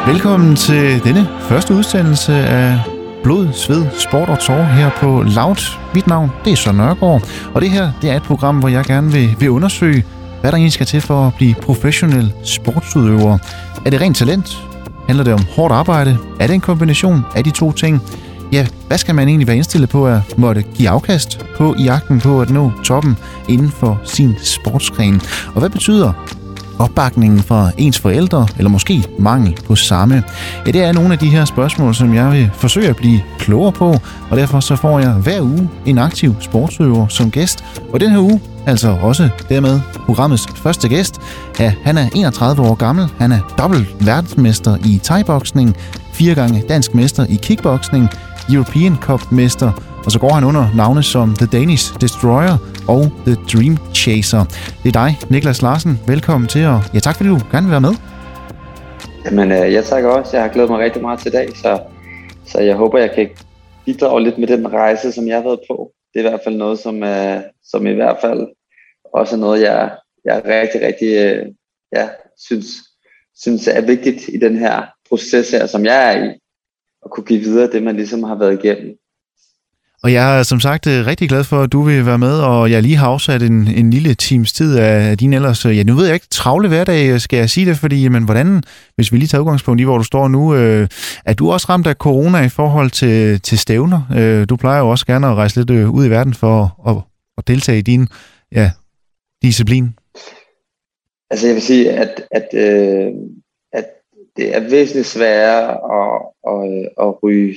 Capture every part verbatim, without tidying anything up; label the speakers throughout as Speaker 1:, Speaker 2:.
Speaker 1: Velkommen til denne første udsendelse af Blod, Sved, Sport og Tårer her på Loud. Mit navn, det er Søren Nørgaard, og det her, det er et program, hvor jeg gerne vil, vil undersøge, hvad der egentlig skal til for at blive professionel sportsudøver. Er det rent talent? Handler det om hårdt arbejde? Er det en kombination af de to ting? Ja, hvad skal man egentlig være indstillet på at måtte give afkast på i jagten på at nå toppen inden for sin sportsgren? Og hvad betyder opbakningen fra ens forældre, eller måske mangel på samme? Ja, det er nogle af de her spørgsmål, som jeg vil forsøge at blive klogere på, og derfor så får jeg hver uge en aktiv sportsudøver som gæst. Og den her uge, altså også dermed programmets første gæst, ja, han er enogtredive år gammel, han er dobbelt verdensmester i thai-boksning, fire gange dansk mester i kickboksning, European Cup-mester, og så går han under navne som The Danish Destroyer og The Dream Chaser. Det er dig, Niklas Larsen. Velkommen til, og ja, tak fordi du gerne vil være med.
Speaker 2: Jamen, øh, jeg takker også. Jeg har glædet mig rigtig meget til i dag, så, så jeg håber, jeg kan bidrage lidt med den rejse, som jeg har været på. Det er i hvert fald noget, som, øh, som i hvert fald også er noget, jeg, jeg rigtig, rigtig øh, ja, synes, synes er vigtigt i den her proces her, som jeg er i, at kunne give videre det, man ligesom har været igennem.
Speaker 1: Og jeg er som sagt rigtig glad for, at du vil være med, og jeg lige har afsat en, en lille times tid af din ellers, ja, nu ved jeg ikke, travle hverdag, skal jeg sige det, fordi, men hvordan, hvis vi lige tager udgangspunkt i, hvor du står nu, øh, er du også ramt af corona i forhold til, til stævner? Øh, du plejer jo også gerne at rejse lidt øh, ud i verden for at, at deltage i din ja, disciplin.
Speaker 2: Altså jeg vil sige, at, at, øh, at det er væsentligt sværere at, at, at ryge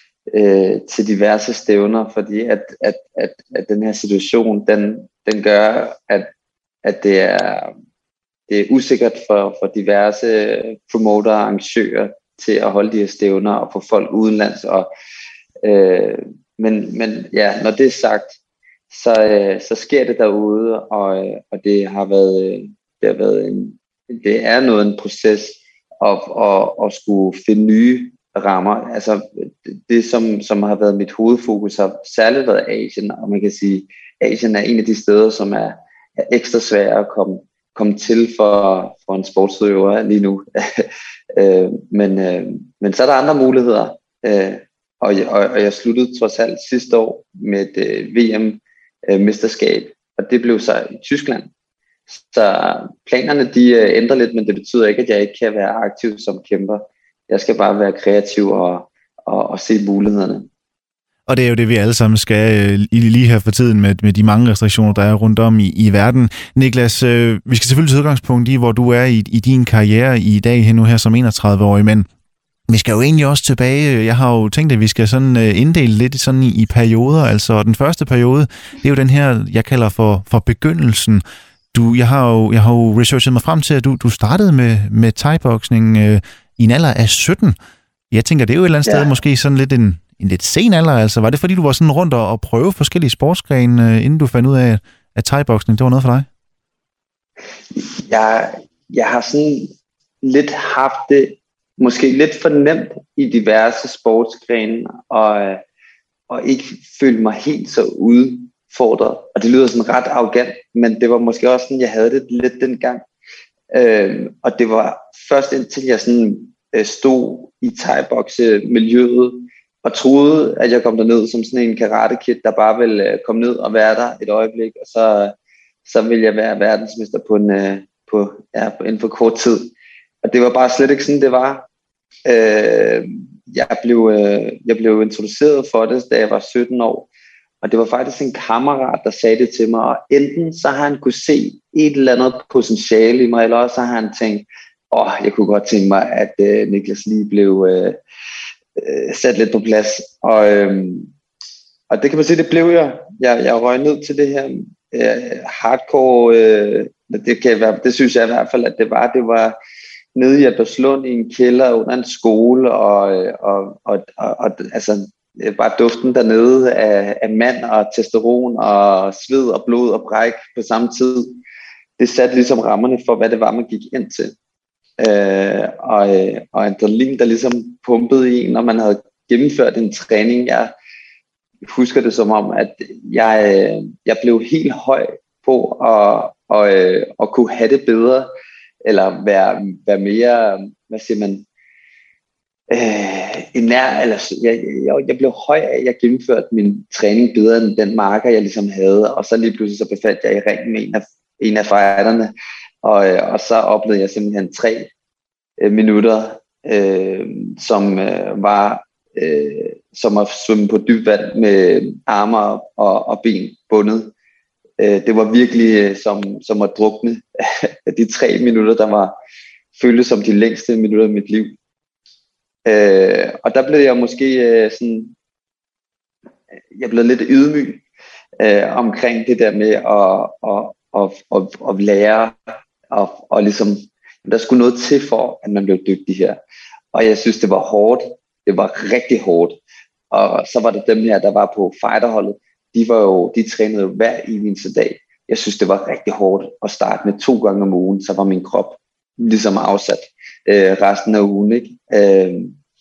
Speaker 2: Øh, til diverse stævner, fordi at, at, at, at den her situation, den, den gør, at, at det, er, det er usikkert for, for diverse promoter og arrangører til at holde de her stævner og få folk udenlands. Og, øh, men, men ja, når det er sagt, så, øh, så sker det derude, og, og det har været, det har været en, det er noget en proces at, at, at skulle finde nye rammer. Altså det, som, som har været mit hovedfokus, har særligt været Asien, og man kan sige, Asien er en af de steder, som er, er ekstra svære at komme, komme til for, for en sportsudøver lige nu. øh, men, øh, men så er der andre muligheder, øh, og, og, og jeg sluttede trods alt sidste år med et øh, V M-mesterskab, og det blev så i Tyskland. Så planerne de øh, ændrer lidt, men det betyder ikke, at jeg ikke kan være aktiv som kæmper. Jeg skal bare være kreativ og, og, og se mulighederne.
Speaker 1: Og det er jo det, vi alle sammen skal lige her for tiden med, med de mange restriktioner, der er rundt om i, i verden. Niklas, øh, vi skal selvfølgelig tage udgangspunkt i, hvor du er i, i din karriere i dag, nu her som enogtredive-årig, men vi skal jo egentlig også tilbage. Jeg har jo tænkt, at vi skal sådan inddele lidt sådan i, i perioder. Altså den første periode, det er jo den her, jeg kalder for, for begyndelsen. Du, jeg, har jo, jeg har jo researchet mig frem til, at du, du startede med, med thai-boksning øh, i en alder af sytten. Jeg tænker, det er jo et eller andet ja. sted måske sådan lidt en, en lidt sen alder. Altså, var det fordi, du var sådan rundt og, og prøve forskellige sportsgrene, inden du fandt ud af, at thai-boksning, det var noget for dig?
Speaker 2: Jeg, jeg har sådan lidt haft det, måske lidt for nemt i diverse sportsgrene, og, og ikke følt mig helt så udfordret. Og det lyder sådan ret arrogant, men det var måske også sådan, jeg havde det lidt dengang. Øh, og det var først indtil jeg sådan øh, stod i thai-bokse-miljøet og troede, at jeg kom derned som sådan en karate-kid, der bare ville øh, komme ned og være der et øjeblik, og så, så ville jeg være verdensmester på en, øh, på, ja, inden for kort tid. Og det var bare slet ikke sådan, det var. Øh, jeg, blev, øh, jeg blev introduceret for det, da jeg var sytten år. Og det var faktisk en kammerat, der sagde det til mig, og enten så har han kunne se et eller andet potentiale i mig, eller også så har han tænkt, åh, oh, jeg kunne godt tænke mig, at øh, Niklas lige blev øh, øh, sat lidt på plads. Og, øh, og det kan man sige, det blev jeg. Jeg, jeg røg ned til det her øh, hardcore, øh, det, kan være, det synes jeg i hvert fald, at det var. Det var nede i Albertslund i en kælder under en skole, og, og, og, og, og altså, bare duften dernede af, af mand og testosteron og sved og blod og bræk på samme tid. Det satte ligesom rammerne for, hvad det var, man gik ind til. Øh, og, og adrenalin, der ligesom pumpede i en, når man havde gennemført en træning. Jeg husker det som om, at jeg, jeg blev helt høj på at, at, at kunne have det bedre, eller være, være mere, hvad siger man, øh, en nær, eller jeg, jeg, jeg blev høj af, at jeg gennemførte min træning bedre end den marker, jeg ligesom havde, og så lige pludselig så befandt jeg i ringen med en af, en af fighterne, og, øh, og så oplevede jeg simpelthen tre øh, minutter, øh, som øh, var øh, som at svømme på dybt vand med arme og, og ben bundet. Øh, det var virkelig øh, som, som at drukne. De tre minutter, der var føltes som de længste minutter i mit liv. Øh, og der blev jeg måske øh, sådan, jeg blev lidt ydmyg øh, omkring det der med at, at, at, at, at lære, og, og ligesom, der skulle noget til for, at man blev dygtig her. Og jeg synes, det var hårdt. Det var rigtig hårdt. Og så var det dem her, der var på fighterholdet. De var jo, de trænede jo hver eneste dag. Jeg synes, det var rigtig hårdt at starte med to gange om ugen. Så var min krop ligesom afsat øh, resten af ugen, ikke? Øh,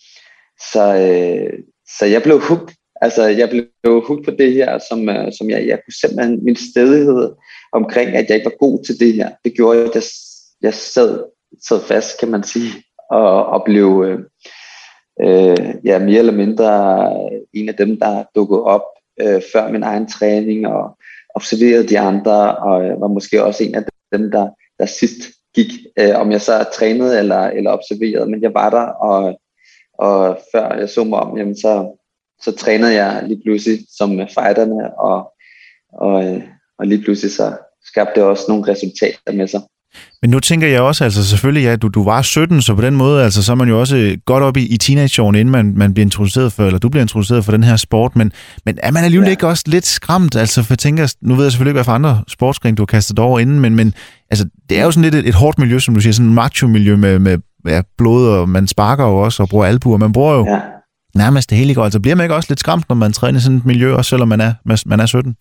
Speaker 2: så, øh, så jeg blev hooked. Altså, jeg blev hooked på det her, som, øh, som jeg, jeg kunne simpelthen, min stædighed omkring, at jeg ikke var god til det her, det gjorde, at jeg, jeg sad, sad fast, kan man sige, og, og blev øh, øh, ja, mere eller mindre en af dem, der dukkede op øh, før min egen træning, og observerede de andre, og øh, var måske også en af dem, der, der sidst gik, øh, om jeg så trænede eller, eller observerede, men jeg var der, og, og før jeg så mig om, jamen, så, så trænede jeg lige pludselig som fighterne, og, og, og lige pludselig så skabte det også nogle resultater med sig.
Speaker 1: Men nu tænker jeg også, altså selvfølgelig, ja, du, du var sytten, så på den måde, altså så er man jo også godt op i, i teenageårene, inden man, man bliver introduceret for, eller du bliver introduceret for den her sport, men, men er man alligevel ja. ikke også lidt skræmt? Altså for jeg tænker, nu ved jeg selvfølgelig ikke, hvad for andre sportsgrene du har kastet over inden, men, men altså, det er jo sådan lidt et, et hårdt miljø, som du siger, sådan et macho-miljø med, med ja, blod, og man sparker jo også og bruger albuer, man bruger jo ja. nærmest det hele i går. Altså bliver man ikke også lidt skræmt, når man træner i sådan et miljø, også selvom man er, man er sytten?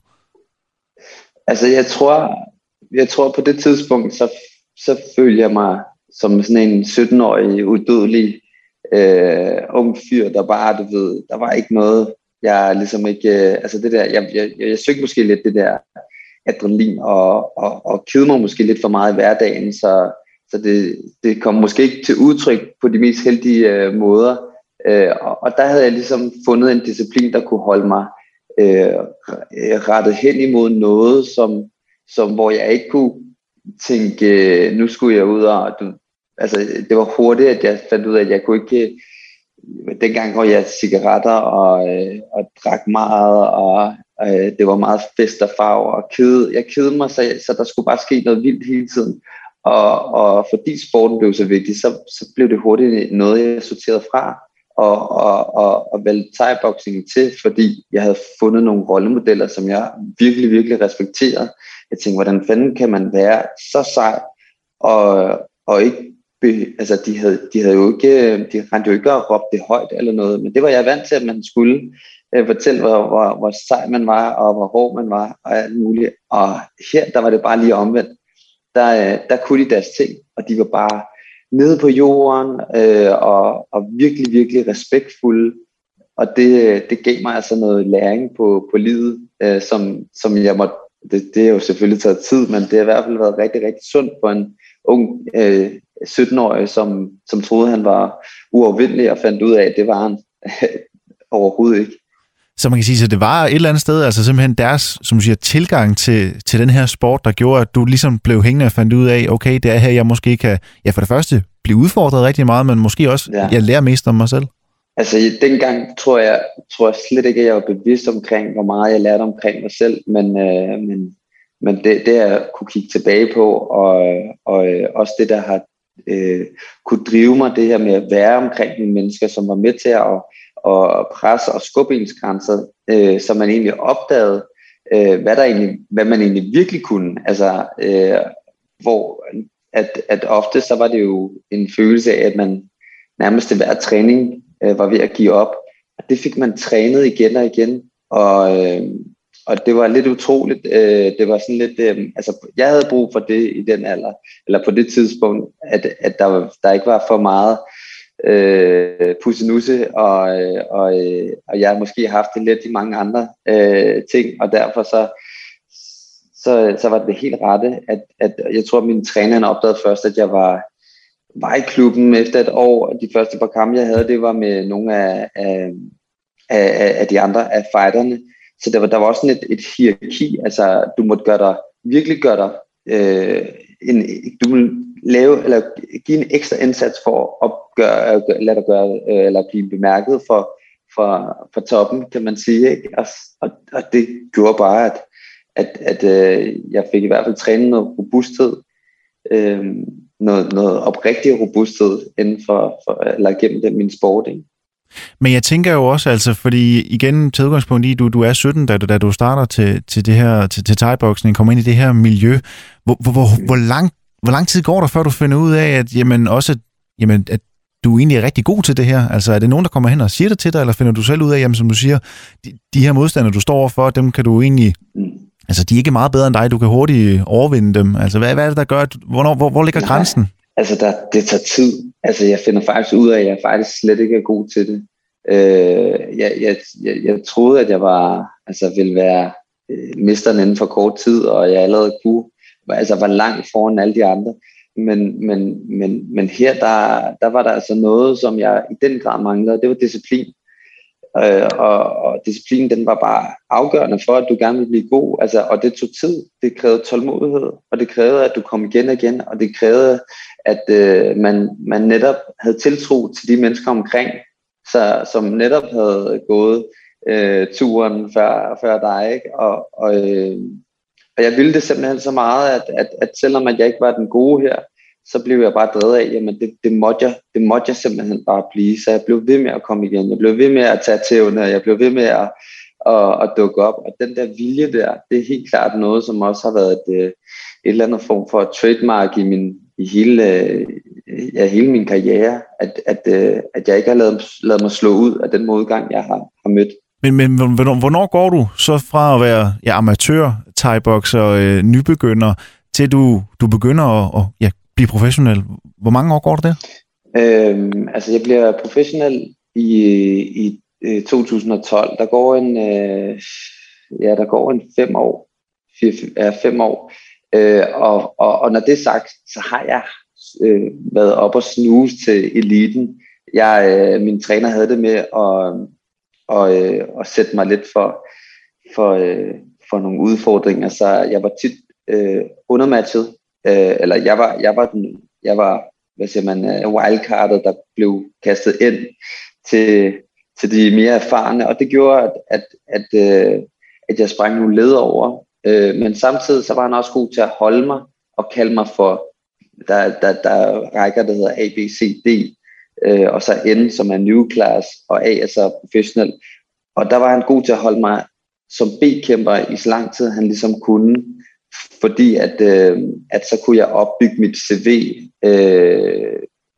Speaker 2: Altså jeg tror, jeg tror på det tidspunkt, så så følte jeg mig som sådan en sytten-årig, udødelig øh, ung fyr, der bare, du ved, der var ikke noget, jeg ligesom ikke, øh, altså det der, jeg, jeg, jeg, jeg søgte måske lidt det der adrenalin, og, og, og kede mig måske lidt for meget i hverdagen, så, så det, det kom måske ikke til udtryk på de mest heldige øh, måder, øh, og, og der havde jeg ligesom fundet en disciplin, der kunne holde mig øh, rettet hen imod noget, som, som, hvor jeg ikke kunne tænke, nu skulle jeg ud og, du, altså det var hurtigt, at jeg fandt ud af, at jeg kunne ikke, dengang hvor jeg cigaretter og, øh, og drak meget, og øh, det var meget fest og farve, og kede, jeg kedede mig, så, så der skulle bare ske noget vildt hele tiden, og, og fordi sporten blev så vigtig, så, så blev det hurtigt noget, jeg sorterede fra, og, og, og, og valgte thai-boxing til, fordi jeg havde fundet nogle rollemodeller, som jeg virkelig, virkelig respekterede. Jeg tænkte, hvordan fanden kan man være så sej, og, og ikke, be, altså de havde, de havde jo ikke, de rendte jo ikke og råbte det højt eller noget, men det var jeg vant til, at man skulle uh, fortælle, hvor, hvor, hvor sej man var, og hvor hård man var, og alt muligt. Og her, der var det bare lige omvendt. Der, der kunne de deres ting, og de var bare nede på jorden, uh, og, og virkelig, virkelig respektfulde, og det, det gav mig altså noget læring på, på livet, uh, som, som jeg måtte. Det, det har jo selvfølgelig taget tid, men det har i hvert fald været rigtig, rigtig sundt for en ung øh, sytten-årig, som, som troede, han var uovervindelig og fandt ud af, at det var han overhovedet ikke.
Speaker 1: Så man kan sige, at det var et eller andet sted, altså simpelthen deres, som du siger, tilgang til, til den her sport, der gjorde, at du ligesom blev hængende og fandt ud af, okay, det er her, jeg måske kan, ja for det første, blive udfordret rigtig meget, men måske også, ja. jeg lærer mest om mig selv.
Speaker 2: Altså dengang tror jeg, tror jeg slet ikke, at jeg var bevidst omkring, hvor meget jeg lærte omkring mig selv, men, øh, men, men det, det jeg kunne kigge tilbage på, og, og øh, også det, der har øh, kunne drive mig, det her med at være omkring nogle mennesker, som var med til at og presse og skubbe ens grænser, øh, så man egentlig opdagede, øh, hvad, der egentlig, hvad man egentlig virkelig kunne. Altså, øh, hvor at, at ofte så var det jo en følelse af, at man nærmest til hver træning var ved at give op. Og det fik man trænet igen og igen, og, øh, og det var lidt utroligt. Øh, det var sådan lidt, øh, altså jeg havde brug for det i den alder, eller på det tidspunkt, at, at der, var, der ikke var for meget øh, pussenusse, og, og, og jeg måske har haft det lidt i mange andre øh, ting, og derfor så, så, så var det helt rette, at, at jeg tror, at min træner opdagede først, at jeg var var i klubben efter et år, og de første par kampe, jeg havde, det var med nogle af, af, af, af de andre af fighterne. Så der var, der var også sådan et, et hierarki, altså du måtte gøre dig, virkelig gøre dig, øh, en, du må lave, eller give en ekstra indsats for at gøre, lade dig gøre, øh, eller blive bemærket for, for, for toppen, kan man sige, ikke? Og, og, og det gjorde bare, at, at, at øh, jeg fik i hvert fald trænet noget robusthed, øh, noget, noget oprigtig robusthed inden for, for eller gennem det, min sport, ikke?
Speaker 1: Men jeg tænker jo også, altså, fordi igen til udgangspunkt i, du, du er sytten, da du, da du starter til, til det her, til, til thai-boksning, kommer ind i det her miljø. Hvor, hvor, hvor, lang, hvor lang tid går der, før du finder ud af, at, jamen, også, jamen, at du egentlig er rigtig god til det her? Altså, er det nogen, der kommer hen og siger det til dig, eller finder du selv ud af, jamen, som du siger, de, de her modstandere, du står overfor, dem kan du egentlig... Altså, de er ikke meget bedre end dig, du kan hurtigt overvinde dem. Altså, hvad, hvad er det, der gør, at, hvornår, hvor, hvor ligger grænsen?
Speaker 2: Altså, der, det tager tid. Altså, jeg finder faktisk ud af, at jeg faktisk slet ikke er god til det. Øh, jeg, jeg, jeg, jeg troede, at jeg var, altså, ville være øh, mesteren inden for kort tid, og jeg allerede kunne, altså, var langt foran alle de andre. Men, men, men, men her, der, der var der altså noget, som jeg i den grad manglede, det var disciplin. Øh, og, og disciplinen, den var bare afgørende for, at du gerne ville blive god. Altså, og det tog tid, det krævede tålmodighed, og det krævede, at du kom igen og igen, og det krævede, at øh, man, man netop havde tiltro til de mennesker omkring, så, som netop havde gået øh, turen før, før dig, ikke? Og, og, øh, og jeg ville det simpelthen så meget, at, at, at selvom at jeg ikke var den gode her, så blev jeg bare drevet af, jamen det, det, måtte jeg, det måtte jeg simpelthen bare blive. Så jeg blev ved med at komme igen. Jeg blev ved med at tage tævne, jeg blev ved med at, at, at dukke op. Og den der vilje der, det er helt klart noget, som også har været et, et eller andet form for trademark i, min, i hele, ja, hele min karriere. At, at, at jeg ikke har lavet, lavet mig slå ud af den modgang, jeg har, har mødt.
Speaker 1: Men, men hvornår, hvornår går du så fra at være ja, amatør, thai-bokser, øh, nybegynder, til du, du begynder at... Og, ja, blive professionel? Hvor mange år går det der? Øhm,
Speaker 2: altså, jeg bliver professionel i, i, i to tusind og tolv. Der går en, øh, ja, der går en fem år. Fire, ja, fem år. Øh, og, og, og når det er sagt, så har jeg øh, været op og snuse til eliten. Jeg, øh, min træner havde det med at, og, øh, at sætte mig lidt for, for, øh, for nogle udfordringer, så jeg var tit øh, undermatchet. Øh, eller jeg var, jeg var, den, jeg var, hvad siger man, uh, wildcardet, der blev kastet ind til, til de mere erfarne, og det gjorde, at, at, at, øh, at jeg sprang nogle led over. Øh, men samtidig så var han også god til at holde mig og kalde mig for, der, der, der rækker, der hedder A, B, C, D, øh, og så N, som er new class, og A er så professionel. Og der var han god til at holde mig som B-kæmper i så lang tid, han ligesom kunne, fordi at, øh, at så kunne jeg opbygge mit C V øh,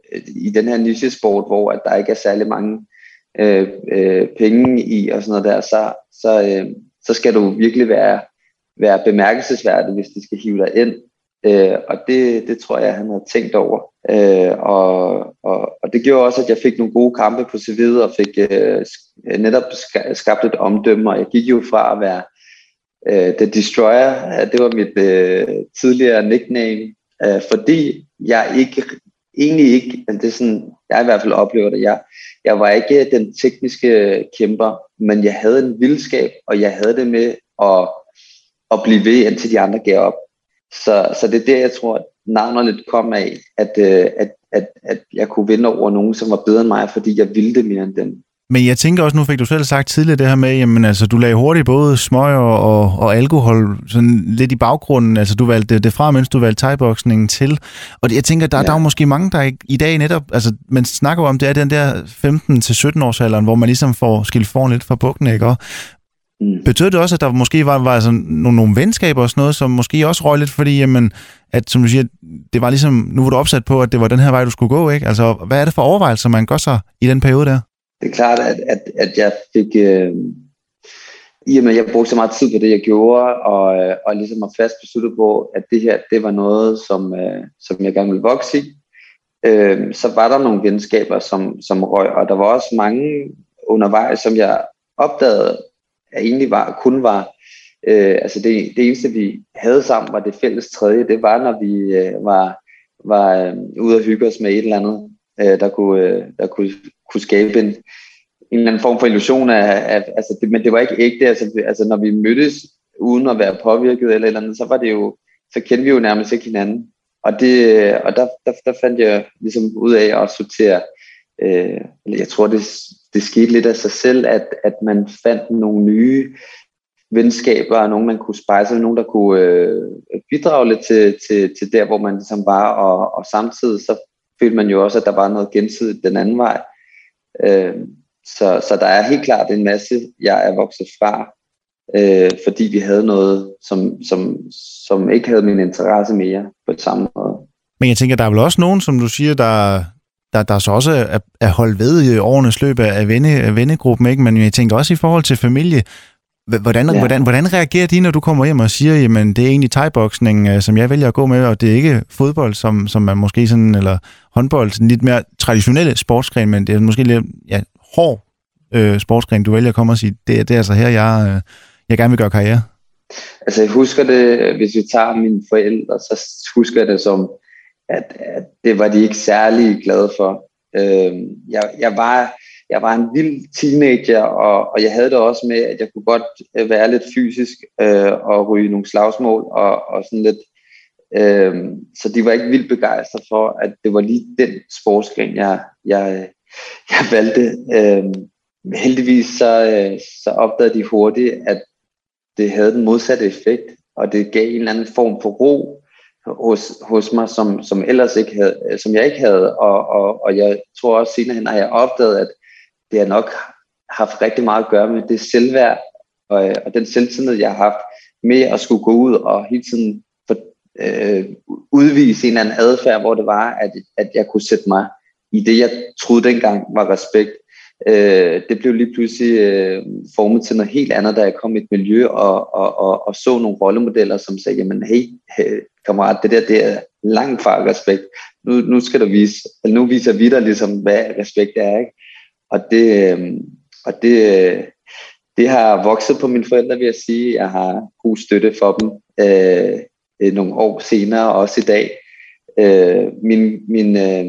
Speaker 2: i den her nichesport, hvor at der ikke er særlig mange øh, øh, penge i og sådan noget der, så, så, øh, så skal du virkelig være, være bemærkelsesværdig, hvis de skal hive dig ind. Øh, og det, det tror jeg, han havde tænkt over. Øh, og, og, og det gjorde også, at jeg fik nogle gode kampe på C V'et og fik øh, netop skabt et omdømme, og jeg gik jo fra at være Uh, The Destroyer, uh, det var mit uh, tidligere nickname, uh, fordi jeg ikke, egentlig ikke, altså det er sådan, jeg i hvert fald oplever det, jeg, jeg var ikke den tekniske kæmper, men jeg havde en vildskab, og jeg havde det med at, at blive ved, indtil de andre gav op. Så, så det er der, jeg tror, at navnet lidt kom af, at, uh, at, at, at jeg kunne vinde over nogen, som var bedre end mig, fordi jeg ville det mere end dem.
Speaker 1: Men jeg tænker også, nu fik du selv sagt tidligere det her med, jamen altså, du lagde hurtigt både smøg og, og, og alkohol sådan lidt i baggrunden. Altså, du valgte det fra, mens du valgte thai-boksningen til. Og jeg tænker, der, ja. der er jo måske mange, der i dag netop, altså, man snakker om, det er den der femten til sytten års alderen, hvor man ligesom får skilt foran lidt fra bukken, ikke? Og mm. betød det også, at der måske var, var sådan nogle, nogle venskaber og sådan noget, som måske også røg lidt, fordi, jamen, at som du siger, det var ligesom, nu var du opsat på, at det var den her vej, du skulle gå, ikke? Altså, hvad er det for overvejelser, man gør sig i den periode der?
Speaker 2: Det er klart, at, at, at jeg fik, øh, i og med at jeg brugte så meget tid på det, jeg gjorde, og, og ligesom var fast besluttet på, at det her, det var noget, som, øh, som jeg gerne ville vokse i, øh, så var der nogle venskaber, som, som røg, og der var også mange undervejs, som jeg opdagede, at egentlig var, kun var, øh, altså det, det eneste, vi havde sammen, var det fælles tredje, det var, når vi øh, var var øh, ude at hygge os med et eller andet, øh, der, kunne, øh, der kunne, kunne skabe en, en eller anden form for illusion af, af altså det, men det var ikke ægte, altså, altså når vi mødtes uden at være påvirket eller et eller andet, så var det jo, så kendte vi jo nærmest ikke hinanden. Og, det, og der, der, der fandt jeg ligesom ud af at sortere, øh, jeg tror det, det skete lidt af sig selv, at, at man fandt nogle nye venskaber, og nogen man kunne spejse, nogen der kunne øh, bidrage lidt til, til, til der, hvor man ligesom var, og, og samtidig så følte man jo også, at der var noget gensidigt den anden vej. Øh, så, så der er helt klart en masse, jeg er vokset fra, øh, fordi vi havde noget, som, som, som ikke havde min interesse mere på samme måde.
Speaker 1: Men jeg tænker, der er vel også nogen, som du siger, der, der, der så også er, er holdt ved i årenes løb af, venne, af vennegruppen, ikke? Men jeg tænker også i forhold til familie. Hvordan, ja. hvordan, hvordan reagerer de, når du kommer hjem og siger, jamen det er egentlig thai-boksning, som jeg vælger at gå med, og det er ikke fodbold, som, som er måske sådan, eller håndbold, sådan lidt mere traditionelle sportsgren, men det er måske lidt ja, hård øh, sportsgren, du vælger at komme og sige, det, det er altså her, jeg, øh, jeg gerne vil gøre karriere?
Speaker 2: Altså jeg husker det, hvis vi tager mine forældre, så husker jeg det som, at, at det var de ikke særlig glade for. Øh, jeg, jeg var... Jeg var en vild teenager, og, og jeg havde det også med, at jeg kunne godt være lidt fysisk øh, og ryge nogle slagsmål og, og sådan lidt. Øh, så de var ikke vildt begejstrede for, at det var lige den sportsgren, jeg, jeg, jeg valgte. Øh, heldigvis så, øh, så opdagede de hurtigt, at det havde den modsatte effekt, og det gav en eller anden form for ro hos, hos mig, som, som ellers ikke havde, som jeg ikke havde. Og, og, og jeg tror også senere hen har jeg opdaget, at det har nok haft rigtig meget at gøre med det selvværd og, og den selvtillid, jeg har haft med at skulle gå ud og hele tiden for, øh, udvise en eller anden adfærd, hvor det var, at, at jeg kunne sætte mig i det, jeg troede dengang var respekt. Øh, det blev lige pludselig øh, formet til noget helt andet, da jeg kom i et miljø og, og, og, og så nogle rollemodeller, som sagde, jamen hey, hey kammerat, det der det er langt fra respekt. Nu, nu skal du vise, eller nu viser vi dig ligesom, hvad respekt er, ikke? Og det, og det, det har vokset på mine forældre, vil jeg sige. Jeg har god støtte for dem øh, nogle år senere, også i dag. Øh, min min øh,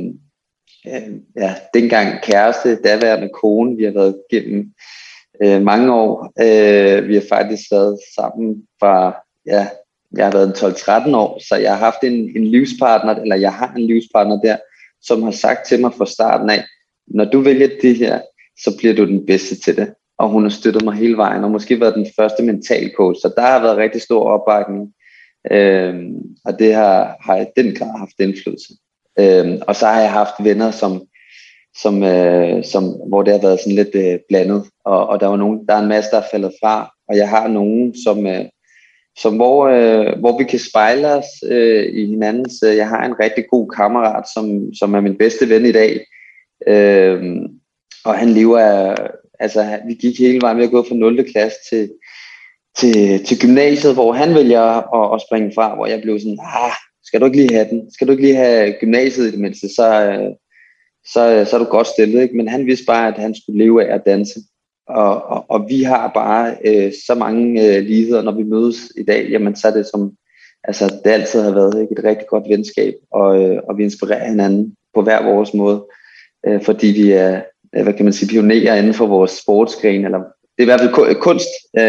Speaker 2: ja, dengang kæreste, daværende kone, vi har været gennem øh, mange år. Øh, vi har faktisk været sammen fra, ja, jeg har været tolv tretten år, så jeg har haft en, en livspartner, eller jeg har en livspartner der, som har sagt til mig fra starten af, når du vælger det her, så bliver du den bedste til det. Og hun har støttet mig hele vejen, og måske været den første mental coach. Så der har været rigtig stor opbakning. Øhm, og det har, har i den grad haft indflydelse. Øhm, og så har jeg haft venner, som, som, øh, som, hvor det har været sådan lidt øh, blandet. Og, og der, var nogen, der er en masse, der er faldet fra. Og jeg har nogen, som, øh, som hvor, øh, hvor vi kan spejle os øh, i hinandens. Jeg har en rigtig god kammerat, som, som er min bedste ven i dag. Øhm, og han lever af, altså vi gik hele vejen ved at gå fra nul klasse til, til, til gymnasiet, hvor han vælger at, at springe fra, hvor jeg blev sådan, ah, skal du ikke lige have den? Skal du ikke lige have gymnasiet i det mindste? Så, så, så er du godt stillet, ikke? Men han vidste bare, at han skulle leve af at danse. Og, og, og vi har bare øh, så mange øh, ligheder, når vi mødes i dag, jamen så er det som, altså det altid har været ikke, et rigtig godt venskab, og, øh, og vi inspirerer hinanden på hver vores måde. Fordi vi er, hvad kan man sige, pionerer inden for vores sportsgren, eller det er i hvert fald kunst.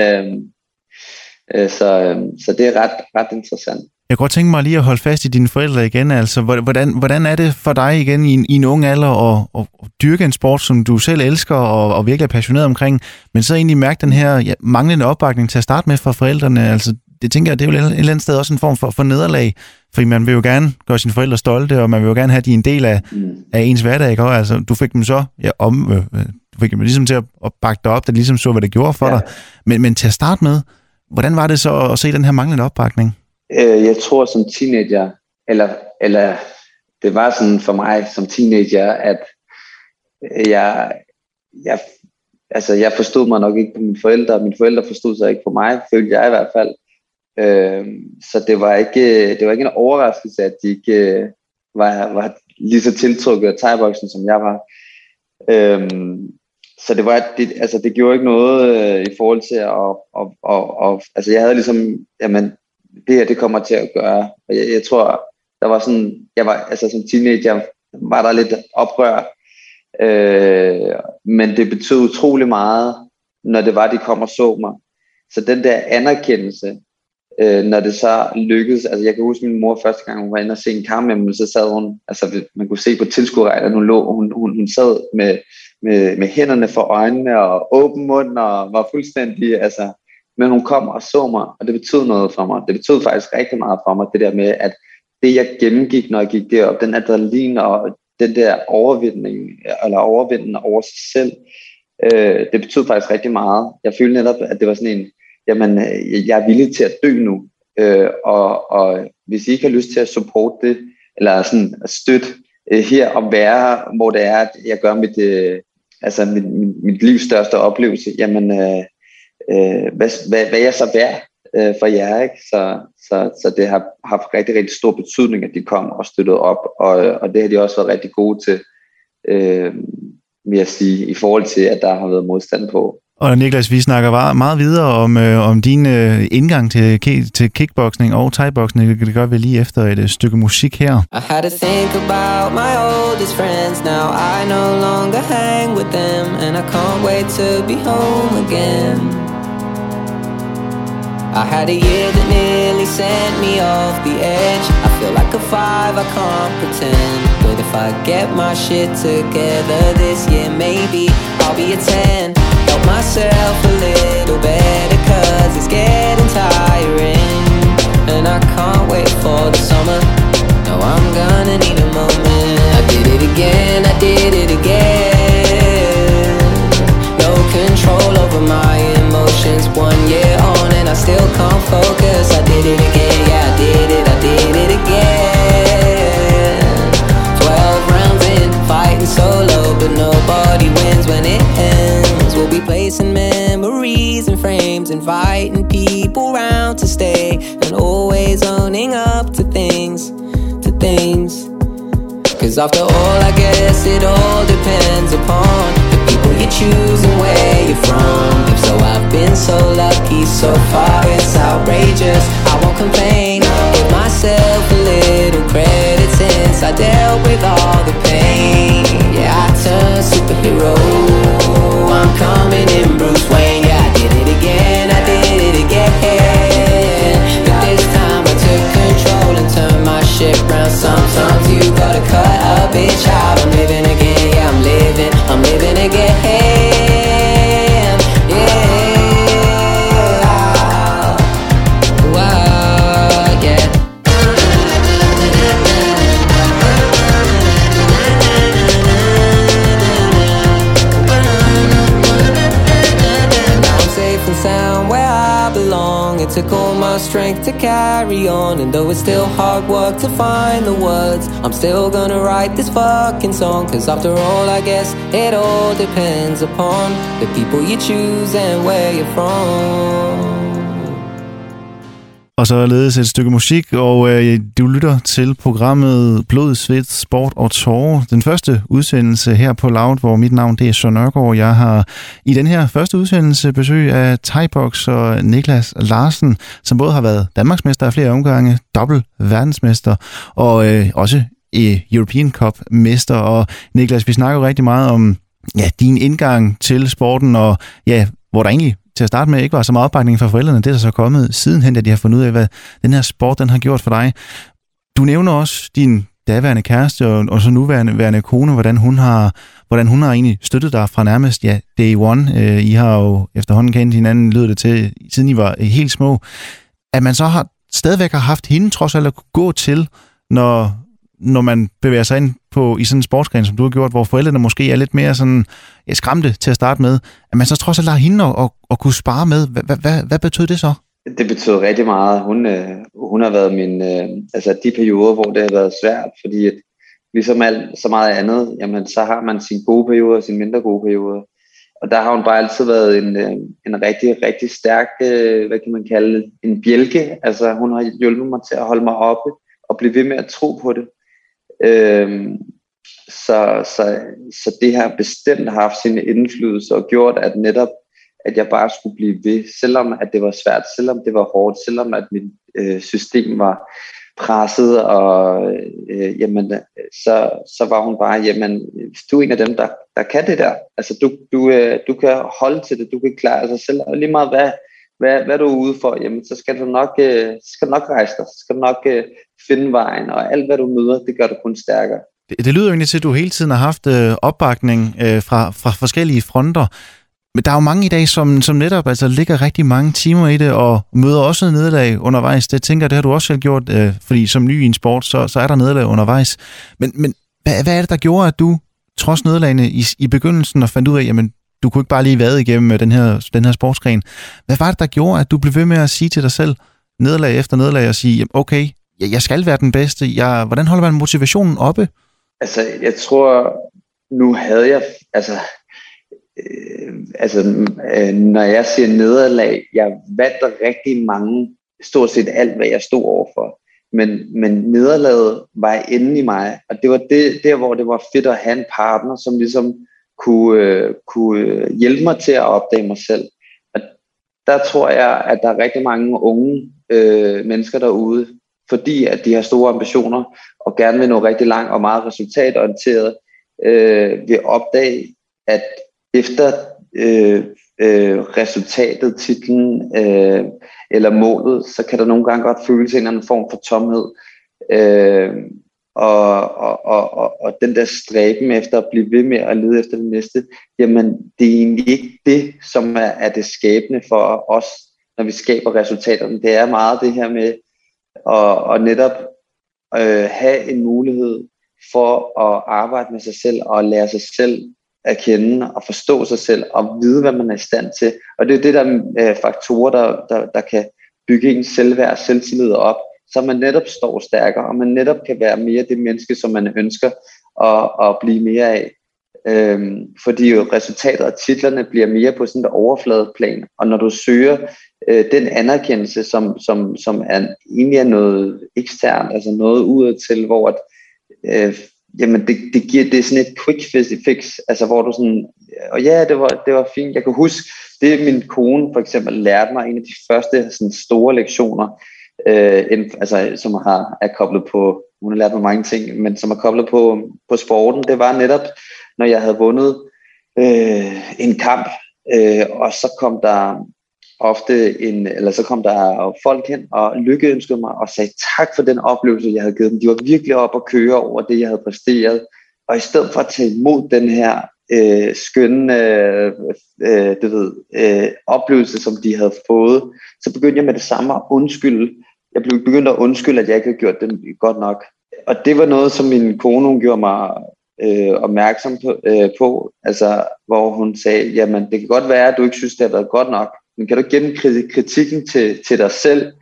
Speaker 2: Så, så det er ret, ret interessant.
Speaker 1: Jeg kunne godt tænke mig lige at holde fast i dine forældre igen. Altså, hvordan, hvordan er det for dig igen i en, i en ung alder at, at dyrke en sport, som du selv elsker og, og virkelig er passioneret omkring, men så egentlig mærke den her ja, manglende opbakning til at starte med fra forældrene? Altså, det tænker jeg, det er jo et eller andet sted også en form for, for nederlag, fordi man vil jo gerne gøre sine forældre stolte, og man vil jo gerne have de en del af, mm. af ens hverdag, ikke? Altså, du fik dem så ja, om, øh, du fik dem ligesom til at, at bakke dig op, der ligesom så, hvad det gjorde for ja. dig. Men, men til at starte med, hvordan var det så at se den her manglende opbakning?
Speaker 2: Øh, jeg tror som teenager, eller, eller det var sådan for mig som teenager, at jeg, jeg, altså jeg forstod mig nok ikke på mine forældre, og mine forældre forstod sig ikke på mig, følte jeg i hvert fald. Øh, så det var ikke det var ikke en overraskelse, at de ikke øh, var, var lige så tiltrukket af thai-boksen, som jeg var. Øh, så det var det, altså det gjorde ikke noget øh, i forhold til at og, og, og, altså jeg havde ligesom, jamen det her det kommer til at gøre, og jeg, jeg tror Der var sådan, jeg var, altså som teenager var der lidt oprør, øh, men det betød utrolig meget, når det var, de kom og så mig. Så den der anerkendelse, øh, når det så lykkedes, altså jeg kan huske min mor første gang, hun var inde og se en kamp med mig, så sad hun, altså man kunne se på tilskuerrækken, hun lå, hun, hun, hun sad med, med, med hænderne for øjnene og åben mund og var fuldstændig, altså, men hun kom og så mig, og det betød noget for mig. Det betød faktisk rigtig meget for mig, det der med, at det jeg gennemgik, når jeg gik derop, den adrenalin og den der overvindning, eller overvinden over sig selv, øh, det betød faktisk rigtig meget. Jeg følte netop, at det var sådan en, jamen, jeg er villig til at dø nu, øh, og, og hvis I ikke har lyst til at supporte det, eller sådan at støtte øh, her og være, hvor det er, at jeg gør mit, øh, altså mit, mit, mit livs største oplevelse, jamen, øh, øh, hvad, hvad, hvad er jeg så værd øh, for jer, ikke? Så, så, så det har haft rigtig, rigtig stor betydning, at de kom og støttede op, og, og det har de også været rigtig gode til, øh, vil jeg sige, i forhold til, at der har været modstand på.
Speaker 1: Og Niklas, vi snakker meget videre om, øh, om din øh, indgang til, til kickboxing og thai-boxing. Det gør vi lige efter et øh, stykke musik her.
Speaker 3: I had to think about my oldest friends. Now I no longer hang with them, and I can't wait to be home again. I had a year that nearly sent me off the edge. I feel like a five, I can't pretend. But if I get my shit together this year, maybe I'll be a ten. Help myself a little better, cause it's getting tiring. And I can't wait for the summer. No, I'm gonna need a moment. I did it again, I did it again. No control over my emotions. One year on and I still can't focus. I did it again, yeah, I did it, I did it again. Twelve rounds in, fighting solo, but nobody wins when it ends. We'll be placing memories and frames, inviting people round to stay, and always owning up to things, to things. Cause after all, I guess it all depends upon the people you choose and where you're from. If so, I've been so lucky so far, it's outrageous. I won't complain, give myself a little credit since I dealt with all the pain. Yeah, I turned superhero, I'm coming in Bruce Wayne. Yeah, I did it again, I did it again. But this time I took control and turned my shit round. Sometimes you gotta cut a bitch out. I'm living again, yeah, I'm living, I'm living again. It took all my strength to carry on, and though it's still hard work to find the words, I'm still gonna write this fucking song. Cause after all, I guess it all depends upon the people you choose and where you're from.
Speaker 1: Og så ledes et stykke musik, og øh, du lytter til programmet Blod, Sved, Sport og Tårer. Den første udsendelse her på Loud, hvor mit navn det er Søren Nørgaard. Jeg har i den her første udsendelse besøg af thai-bokser Niklas Larsen, som både har været Danmarksmester af flere omgange, dobbelt verdensmester og øh, også øh, European Cup-mester. Og Niklas, vi snakker jo rigtig meget om ja, din indgang til sporten, og ja, hvor der egentlig til at starte med ikke var så meget opbakning fra forældrene. Det er der så kommet sidenhen, at de har fundet ud af, hvad den her sport den har gjort for dig. Du nævner også din daværende kæreste og, og så nuværende værende kone, hvordan hun har hvordan hun har egentlig støttet dig fra nærmest ja, day one. Øh, I har jo efterhånden kendt hinanden, lyder det til, siden I var helt små. At man så har stadigvæk har haft hende trods alt at kunne gå til, når når man bevæger sig ind på, i sådan en sportsgren, som du har gjort, hvor forældrene måske er lidt mere sådan, ja, skræmte til at starte med, at man så trods alt lader hende at, at, at kunne spare med. Hvad, hvad, hvad betød det så?
Speaker 2: Det betød rigtig meget. Hun, øh, hun har været min, øh, altså de perioder, hvor det har været svært, fordi at, ligesom alt, så meget andet, jamen så har man sine gode perioder og sine mindre gode perioder. Og der har hun bare altid været en, øh, en rigtig, rigtig stærk, øh, hvad kan man kalde det, en bjælke. Altså hun har hjulpet mig til at holde mig oppe og blive ved med at tro på det. Øhm, så, så, så det har bestemt haft sin indflydelse og gjort, at netop, at jeg bare skulle blive ved, selvom at det var svært, selvom det var hårdt, selvom at mit øh, system var, presset, og øh, jamen, så, så var hun bare, jamen, du er en af dem, der, der kan det der. Altså, du, du, øh, du kan holde til det, du kan klare sig selv, og lige meget hvad, hvad, hvad du er ude for, jamen, så skal du nok, øh, skal du nok rejse dig, så skal du nok øh, finde vejen, og alt hvad du møder, det gør du kun stærkere.
Speaker 1: Det, det lyder jo egentlig til, at du hele tiden har haft øh, opbakning øh, fra, fra forskellige fronter. Men der er jo mange i dag, som, som netop altså, ligger rigtig mange timer i det, og møder også nederlag undervejs. Det tænker jeg, det har du også selv gjort, øh, fordi som ny i en sport, så, så er der nederlag undervejs. Men, men hvad, hvad er det, der gjorde, at du, trods nederlagene i, i begyndelsen, og fandt ud af, jamen, du kunne ikke bare lige vade igennem den her, den her sportsgren. Hvad var det, der gjorde, at du blev ved med at sige til dig selv, nederlag efter nederlag, og sige, okay, jeg skal være den bedste. Jeg, hvordan holder man motivationen oppe?
Speaker 2: Altså, jeg tror, nu havde jeg, altså, øh, altså øh, når jeg siger nederlag, jeg vandt rigtig mange, stort set alt, hvad jeg stod overfor. Men, men nederlaget var inde i mig, og det var det, der, hvor det var fedt at have en partner, som ligesom kunne, øh, kunne hjælpe mig til at opdage mig selv. Og der tror jeg, at der er rigtig mange unge øh, mennesker derude, fordi at de har store ambitioner og gerne vil nå rigtig langt og meget resultatorienteret, øh, vil opdage, at efter øh, øh, resultatet, titlen øh, eller målet, så kan der nogle gange godt føles en eller anden form for tomhed. Øh, og, og, og, og, og den der stræben efter at blive ved med at lede efter det næste, jamen det er egentlig ikke det, som er, er det skabende for os, når vi skaber resultaterne. Det er meget det her med Og, og netop øh, have en mulighed for at arbejde med sig selv og lære sig selv at kende og forstå sig selv og vide, hvad man er i stand til. Og det er det der øh, faktorer, der, der, der kan bygge en selvværd og selvtillid op, så man netop står stærkere, og man netop kan være mere det menneske, som man ønsker at, at blive mere af. Øhm, fordi jo resultatet af titlerne bliver mere på sådan et overfladeplan, og når du søger øh, den anerkendelse, som, som, som er, egentlig er noget eksternt, altså noget udadtil, hvor at, øh, jamen det, det giver det sådan et quick fix, altså hvor du sådan, og ja, det var, det var fint. Jeg kan huske, det min kone for eksempel lærte mig, en af de første sådan store lektioner, øh, en, altså, som har, er koblet på, hun har lært mig mange ting, men som er koblet på, på sporten, det var netop, når jeg havde vundet øh, en kamp, øh, og så kom der ofte en, eller så kom der folk hen og lykkeønskede mig og sagde tak for den oplevelse, jeg havde givet dem. De var virkelig op at køre over det, jeg havde præsteret. Og i stedet for at tage imod den her øh, skønne øh, øh, du ved, øh, oplevelse, som de havde fået, så begyndte jeg med det samme at undskylde. Jeg blev begyndt at undskylde, at jeg ikke havde gjort det godt nok. Og det var noget, som min kone hun gjorde mig øh, opmærksom på, øh, på, altså hvor hun sagde, jamen det kan godt være, at du ikke synes, det har været godt nok, men kan du gemme kritikken til, til dig selv,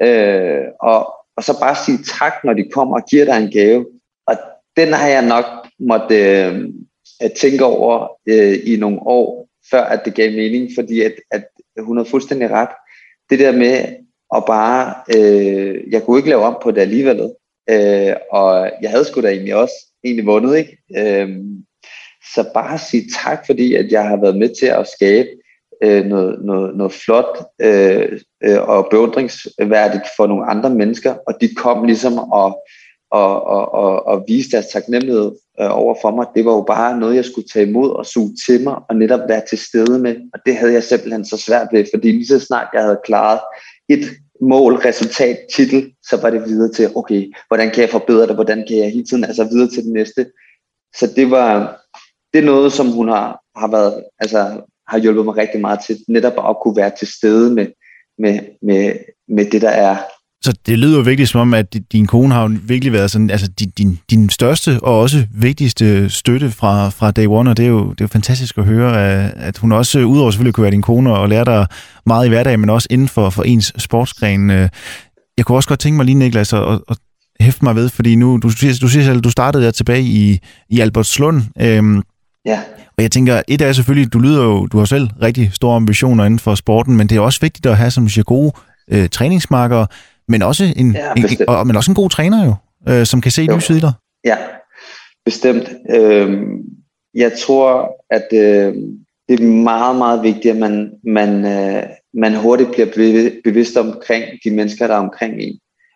Speaker 2: øh, og, og så bare sige tak, når de kommer og giver dig en gave. Og den har jeg nok måtte øh, tænke over øh, i nogle år, før at det gav mening, fordi at, at hun havde fuldstændig ret. Det der med at bare, øh, jeg kunne ikke lave om på det alligevel, øh, og jeg havde sgu da egentlig også egentlig vundet, ikke? Øh, så bare sige tak, fordi at jeg har været med til at skabe øh, noget, noget, noget flot øh, øh, og beundringsværdigt for nogle andre mennesker, og de kom ligesom og, og, og, og, og viste deres taknemmelighed øh, over for mig. Det var jo bare noget, jeg skulle tage imod og suge til mig, og netop være til stede med, og det havde jeg simpelthen så svært ved, fordi lige så snart jeg havde klaret et mål, resultat, titel, så var det videre til, okay, hvordan kan jeg forbedre det, hvordan kan jeg hele tiden, altså videre til det næste. Så det var, det er noget, som hun har, har været, altså har hjulpet mig rigtig meget til, netop at kunne være til stede med, med, med, med det, der er.
Speaker 1: Så det lyder jo virkelig som om, at din kone har jo virkelig været sådan, altså din, din, din største og også vigtigste støtte fra, fra day one, og det er, jo, det er jo fantastisk at høre, at hun også, udover selvfølgelig kunne være din kone og lære dig meget i hverdagen, men også inden for, for ens sportsgren. Jeg kunne også godt tænke mig lige, Niklas, at, at hæfte mig ved, fordi nu, du siger, du siger selv, du startede der tilbage i, i Albertslund. Øhm,
Speaker 2: ja.
Speaker 1: Og jeg tænker, et er selvfølgelig, du lyder jo, du har selv rigtig store ambitioner inden for sporten, men det er også vigtigt at have, som siger, gode øh, træningsmarkere, men også en, ja, en, og, men også en god træner jo, øh, som kan se lyset i dig.
Speaker 2: Ja, bestemt. Øhm, jeg tror, at øh, det er meget, meget vigtigt, at man, man, øh, man hurtigt bliver bevidst omkring de mennesker, der er omkring en.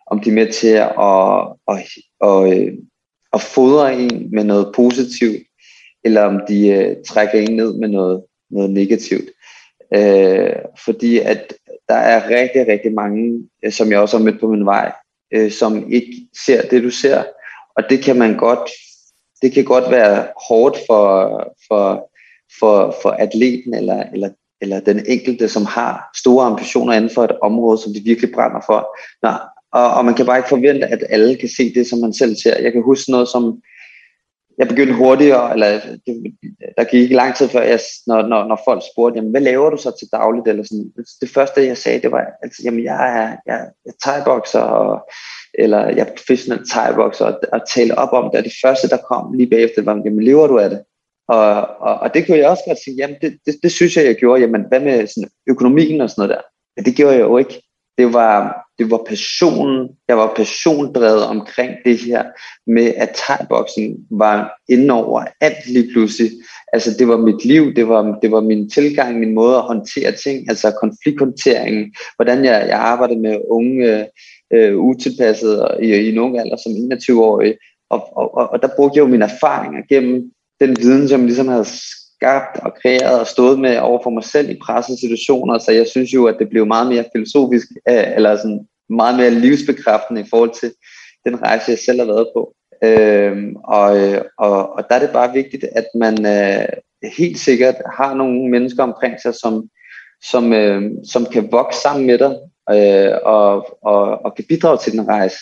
Speaker 2: om de er med til at, at, at, at, at fodre en med noget positivt, eller om de uh, trækker en ned med noget, noget negativt. Uh, fordi at der er rigtig, rigtig mange, som jeg også har mødt på min vej, uh, som ikke ser det, du ser. Og det kan man godt, det kan godt være hårdt for, for, for, for atleten, eller, eller, eller den enkelte, som har store ambitioner inden for et område, som de virkelig brænder for. Nå, og, og man kan bare ikke forvente, at alle kan se det, som man selv ser. Jeg kan huske noget, som jeg begyndte hurtigere, eller det, der gik ikke lang tid før, jeg, når, når, når folk spurgte, jamen, hvad laver du så til dagligt? Eller sådan. Det første, jeg sagde, det var, altså, jamen, jeg er, jeg, jeg er thai-bokser, og, eller jeg er professionel thai-bokser, og, og tale op om det. Og det første, der kom lige bagefter, var, jamen, lever du af det? Og, og, og det kunne jeg også godt sige, jamen, det, det, det synes jeg, jeg gjorde. Jamen, hvad med sådan, økonomien og sådan noget der? Ja, det gjorde jeg jo ikke. Det var, det var passionen, jeg var passiondrevet omkring det her med, at thai-boxing var inde over alt lige pludselig. Altså det var mit liv, det var, det var min tilgang, min måde at håndtere ting, altså konflikthåndtering, hvordan jeg, jeg arbejdede med unge øh, utilpassede i, i en ung alder som enogtyve-årige, og, og, og, og der brugte jeg jo mine erfaringer gennem den viden, som jeg ligesom havde skabt og kreeret og stået med over for mig selv i pressede situationer, så jeg synes jo, at det blev meget mere filosofisk, eller sådan meget mere livsbekræftende i forhold til den rejse, jeg selv har været på. Øhm, og, og, og der er det bare vigtigt, at man øh, helt sikkert har nogle mennesker omkring sig, som, som, øh, som kan vokse sammen med dig øh, og, og, og kan bidrage til den rejse.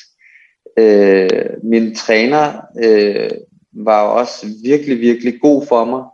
Speaker 2: Øh, min træner øh, var også virkelig, virkelig god for mig.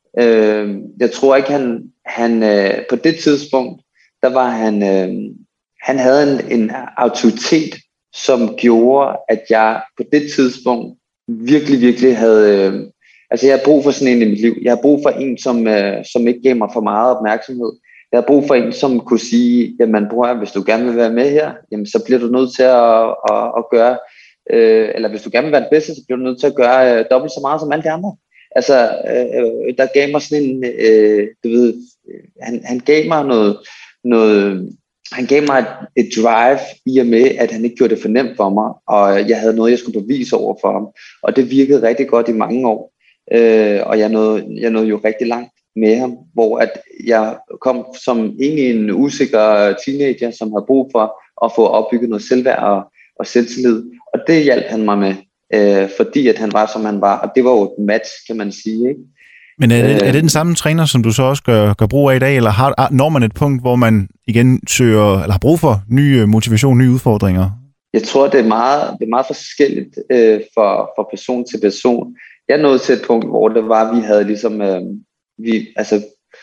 Speaker 2: Øh, jeg tror ikke, han, han øh, på det tidspunkt, der var han, øh, han havde en, en autoritet, som gjorde, at jeg på det tidspunkt virkelig, virkelig havde, øh, altså jeg havde brug for sådan en i mit liv. Jeg havde brug for en, som, øh, som ikke gav mig for meget opmærksomhed. Jeg havde brug for en, som kunne sige, jamen bror, hvis du gerne vil være med her, jamen så bliver du nødt til at, at, at gøre, øh, eller hvis du gerne vil være den bedste, så bliver du nødt til at gøre øh, dobbelt så meget som alle de andre. Altså, øh, der gav mig sådan en, øh, du ved, han, han gav mig noget, noget, han gav mig et, et drive i og med, at han ikke gjorde det for nemt for mig, og jeg havde noget, jeg skulle bevise over for ham, og det virkede rigtig godt i mange år, øh, og jeg nåede, jeg nåede jo rigtig langt med ham, hvor at jeg kom som egentlig en usikker teenager, som havde brug for at få opbygget noget selvværd og, og selvtillid, og det hjalp han mig med. Øh, fordi at han var, som han var. Og det var jo et match, kan man sige. Ikke?
Speaker 1: Men er det, er det den samme træner, som du så også gør, gør brug af i dag? Eller har, når man et punkt, hvor man igen søger, eller har brug for ny motivation, nye udfordringer?
Speaker 2: Jeg tror, det er meget, det er meget forskelligt øh, for, for person til person. Jeg nåede til et punkt, hvor det var, vi havde ligesom, øh, vi, altså,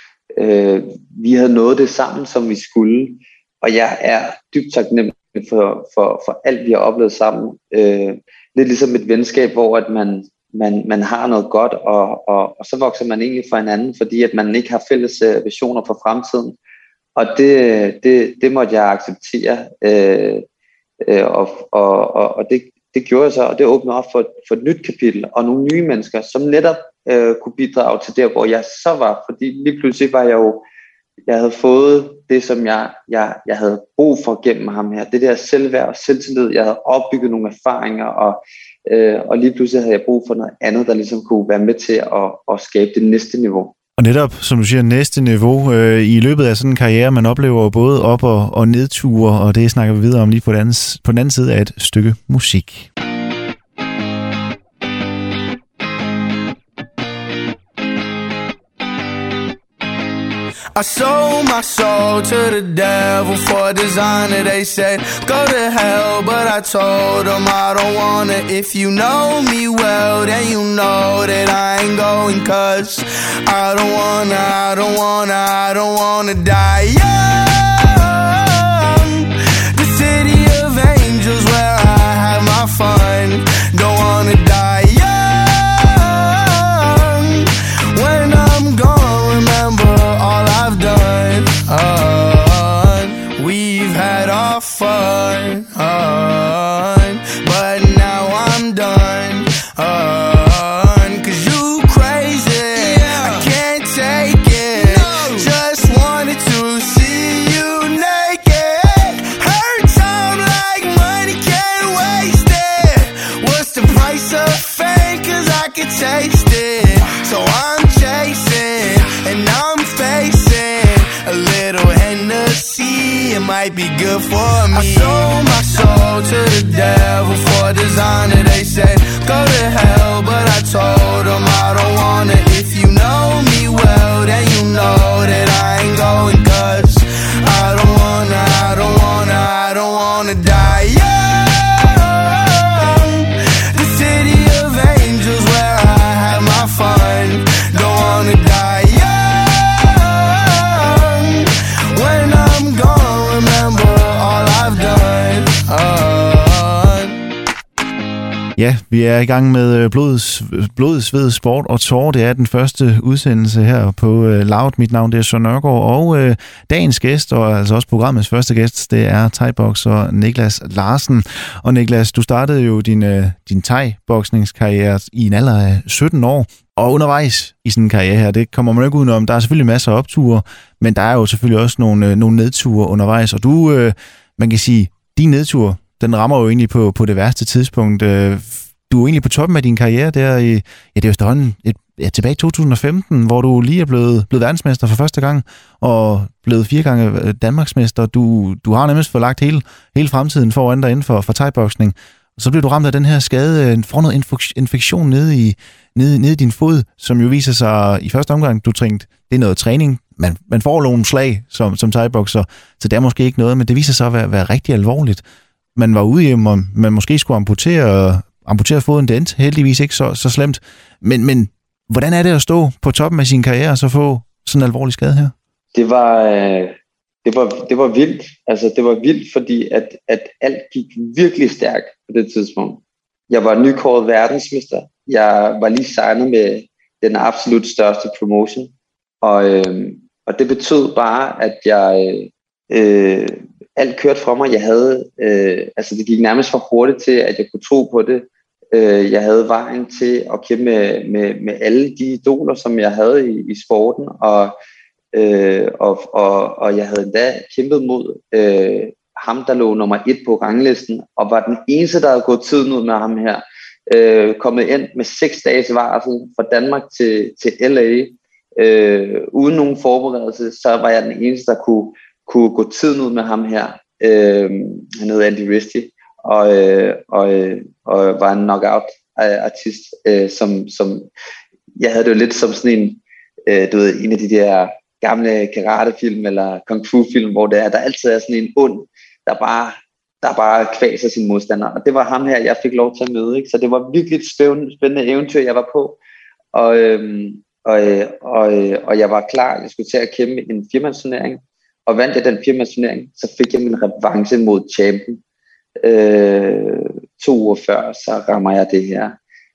Speaker 2: øh, vi havde nået det sammen, som vi skulle. Og jeg er dybt taknemmelig for, for, for alt, vi har oplevet sammen. Øh, Lidt ligesom et venskab, hvor at man, man, man har noget godt, og, og, og så vokser man egentlig fra hinanden, fordi at man ikke har fælles visioner for fremtiden. Og det, det, det måtte jeg acceptere, øh, øh, og, og, og, og det, det gjorde jeg så, og det åbnede op for, for et nyt kapitel, og nogle nye mennesker, som netop øh, kunne bidrage til der, hvor jeg så var, fordi lige pludselig var jeg jo, jeg havde fået det, som jeg, jeg, jeg havde brug for gennem ham her. Det der selvværd og selvtillid. Jeg havde opbygget nogle erfaringer, og, øh, og lige pludselig havde jeg brug for noget andet, der ligesom kunne være med til at, at skabe det næste niveau.
Speaker 1: Og netop, som du siger, næste niveau. Øh, I løbet af sådan en karriere, man oplever både op- og, og nedture, og det snakker vi videre om lige på den anden, på den anden side af et stykke musik.
Speaker 4: I sold my soul to the devil for a designer. They said, go to hell, but I told them I don't wanna. If you know me well, then you know that I ain't going, cause I don't wanna, I don't wanna, I don't wanna die young. The city of angels where I have my fun. Don't wanna die young. When I'm gone, remember all I've done. Uh, we've had our fun, uh, but now I'm done. Uh, cause you crazy, yeah. I can't take it. No. Just wanted to see it's a fake, cause I can taste it. So I'm chasing, and I'm facing a little Hennessy, it might be good for me. I sold my soul to the devil for designer, they say go to hell, but I told them I don't want it. If you know me well, then you know that I ain't going, cause I don't wanna, I don't wanna, I don't wanna die young. The city of angels where I have my fun. Don't wanna die young. When I'm gone, remember all I've done. uh.
Speaker 1: Ja, vi er i gang med blod, blod, sved, sport og tårer. Det er den første udsendelse her på uh, Loud. Mit navn det er Søren Nørgaard, og uh, dagens gæst, og altså også programmets første gæst, det er thai-bokser Niklas Larsen. Og Niklas, du startede jo din, uh, din thai-boksningskarriere i en alder af sytten år, og undervejs i sådan en karriere her, det kommer man ikke udenom. Der er selvfølgelig masser af opture, men der er jo selvfølgelig også nogle, uh, nogle nedture undervejs, og du, uh, man kan sige, de nedture, den rammer jo egentlig på, på det værste tidspunkt. Du er jo egentlig på toppen af din karriere der i, ja, det er jo efterhånden et, ja, tilbage i to tusind og femten, hvor du lige er blevet, blevet verdensmester for første gang, og blevet fire gange Danmarksmester. Du, du har nærmest fået lagt hele, hele fremtiden foran dig inden for, for thai-boksning. Og så bliver du ramt af den her skade, får noget infektion nede i, nede, nede i din fod, som jo viser sig i første omgang, du tænkte, det er noget træning. Man, man får nogle slag som, som thai-bokser, så det er måske ikke noget, men det viser sig at være, være rigtig alvorligt. Man var ude hjemme, og man måske skulle amputere, amputere foden, det endte heldigvis ikke så, så slemt. Men, men hvordan er det at stå på toppen af sin karriere og så få sådan en alvorlig skade her?
Speaker 2: Det var, øh, det var, det var vildt. Altså, det var vildt, fordi at, at alt gik virkelig stærkt på det tidspunkt. Jeg var nykåret verdensmester. Jeg var lige signet med den absolut største promotion. Og, øh, og det betød bare, at jeg... Øh, alt kørte fra mig. Jeg havde, øh, altså det gik nærmest for hurtigt til, at jeg kunne tro på det. Øh, jeg havde vejen til at kæmpe med, med, med alle de idoler, som jeg havde i, i sporten, og, øh, og, og, og jeg havde endda kæmpet mod øh, ham, der lå nummer et på ranglisten, og var den eneste, der havde gået tiden ud med ham her. Øh, kommet ind med seks dages varsel fra Danmark til, til L A, øh, uden nogen forberedelse, så var jeg den eneste, der kunne kunne gå tiden ud med ham her. Øh, han hed Andy Risty, og, øh, og, øh, og var en knockout-artist, øh, som, som jeg havde det jo lidt som sådan en, øh, du ved, en af de der gamle karatefilm eller kung fu-film, hvor det er, der altid er sådan en ond, der bare, der bare kvaser sin modstander. Og det var ham her, jeg fik lov til at møde. Ikke? Så det var virkelig et spændende, spændende eventyr, jeg var på. Og, øh, og, og, og jeg var klar, jeg skulle til at kæmpe en firemandsturnering. Og vandt jeg den firemandsturnering, så fik jeg min revanche mod champion. Øh, to uger før, så rammer jeg det her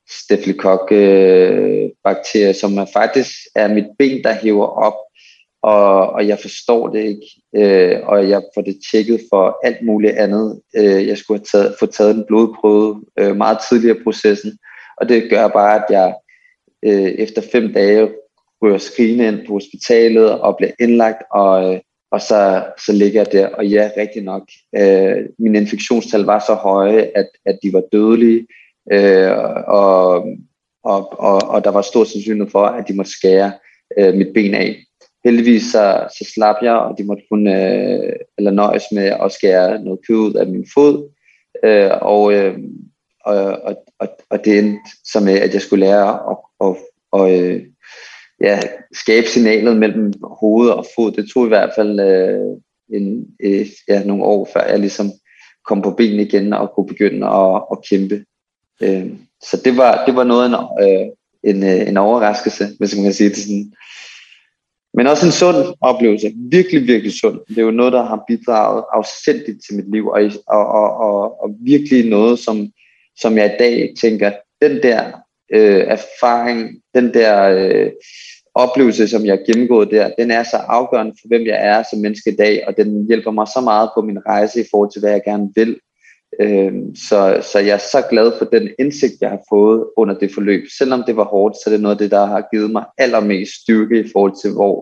Speaker 2: stafylokokke-bakterie, øh, som er faktisk er mit ben, der hæver op, og, og jeg forstår det ikke, øh, og jeg får det tjekket for alt muligt andet. Øh, jeg skulle have taget, få taget en blodprøve øh, meget tidligere i processen, og det gør bare, at jeg øh, efter fem dage ryger skrigende ind på hospitalet og bliver indlagt, og øh, Og så, så ligger jeg der, og ja, rigtig nok. Øh, mine infektionstal var så høje, at, at de var dødelige, øh, og, og, og, og der var stor sandsynlighed for, at de måtte skære øh, mit ben af. Heldigvis så, så slap jeg, og de måtte kun øh, eller nøjes med at skære noget kød ud af min fod. Øh, og, øh, og, og, og, og det endte så med, at jeg skulle lære at, at, at, at ja, skabe signalet mellem hoved og fod. Det tog i hvert fald øh, en, øh, ja, nogle år, før jeg ligesom kom på benene igen og kunne begynde at, at kæmpe. Øh, så det var, det var noget en, øh, en, øh, en overraskelse, hvis man kan sige det sådan. Men også en sund oplevelse. Virkelig, virkelig sund. Det er jo noget, der har bidraget afsindigt til mit liv, og, og, og, og, og virkelig noget, som, som jeg i dag tænker, den der øh, erfaring, den der øh, oplevelse, som jeg har gennemgået der, den er så afgørende for, hvem jeg er som menneske i dag, og den hjælper mig så meget på min rejse i forhold til, hvad jeg gerne vil. Øh, så, så jeg er så glad for den indsigt, jeg har fået under det forløb. Selvom det var hårdt, så er det noget af det, der har givet mig allermest styrke i forhold til, hvor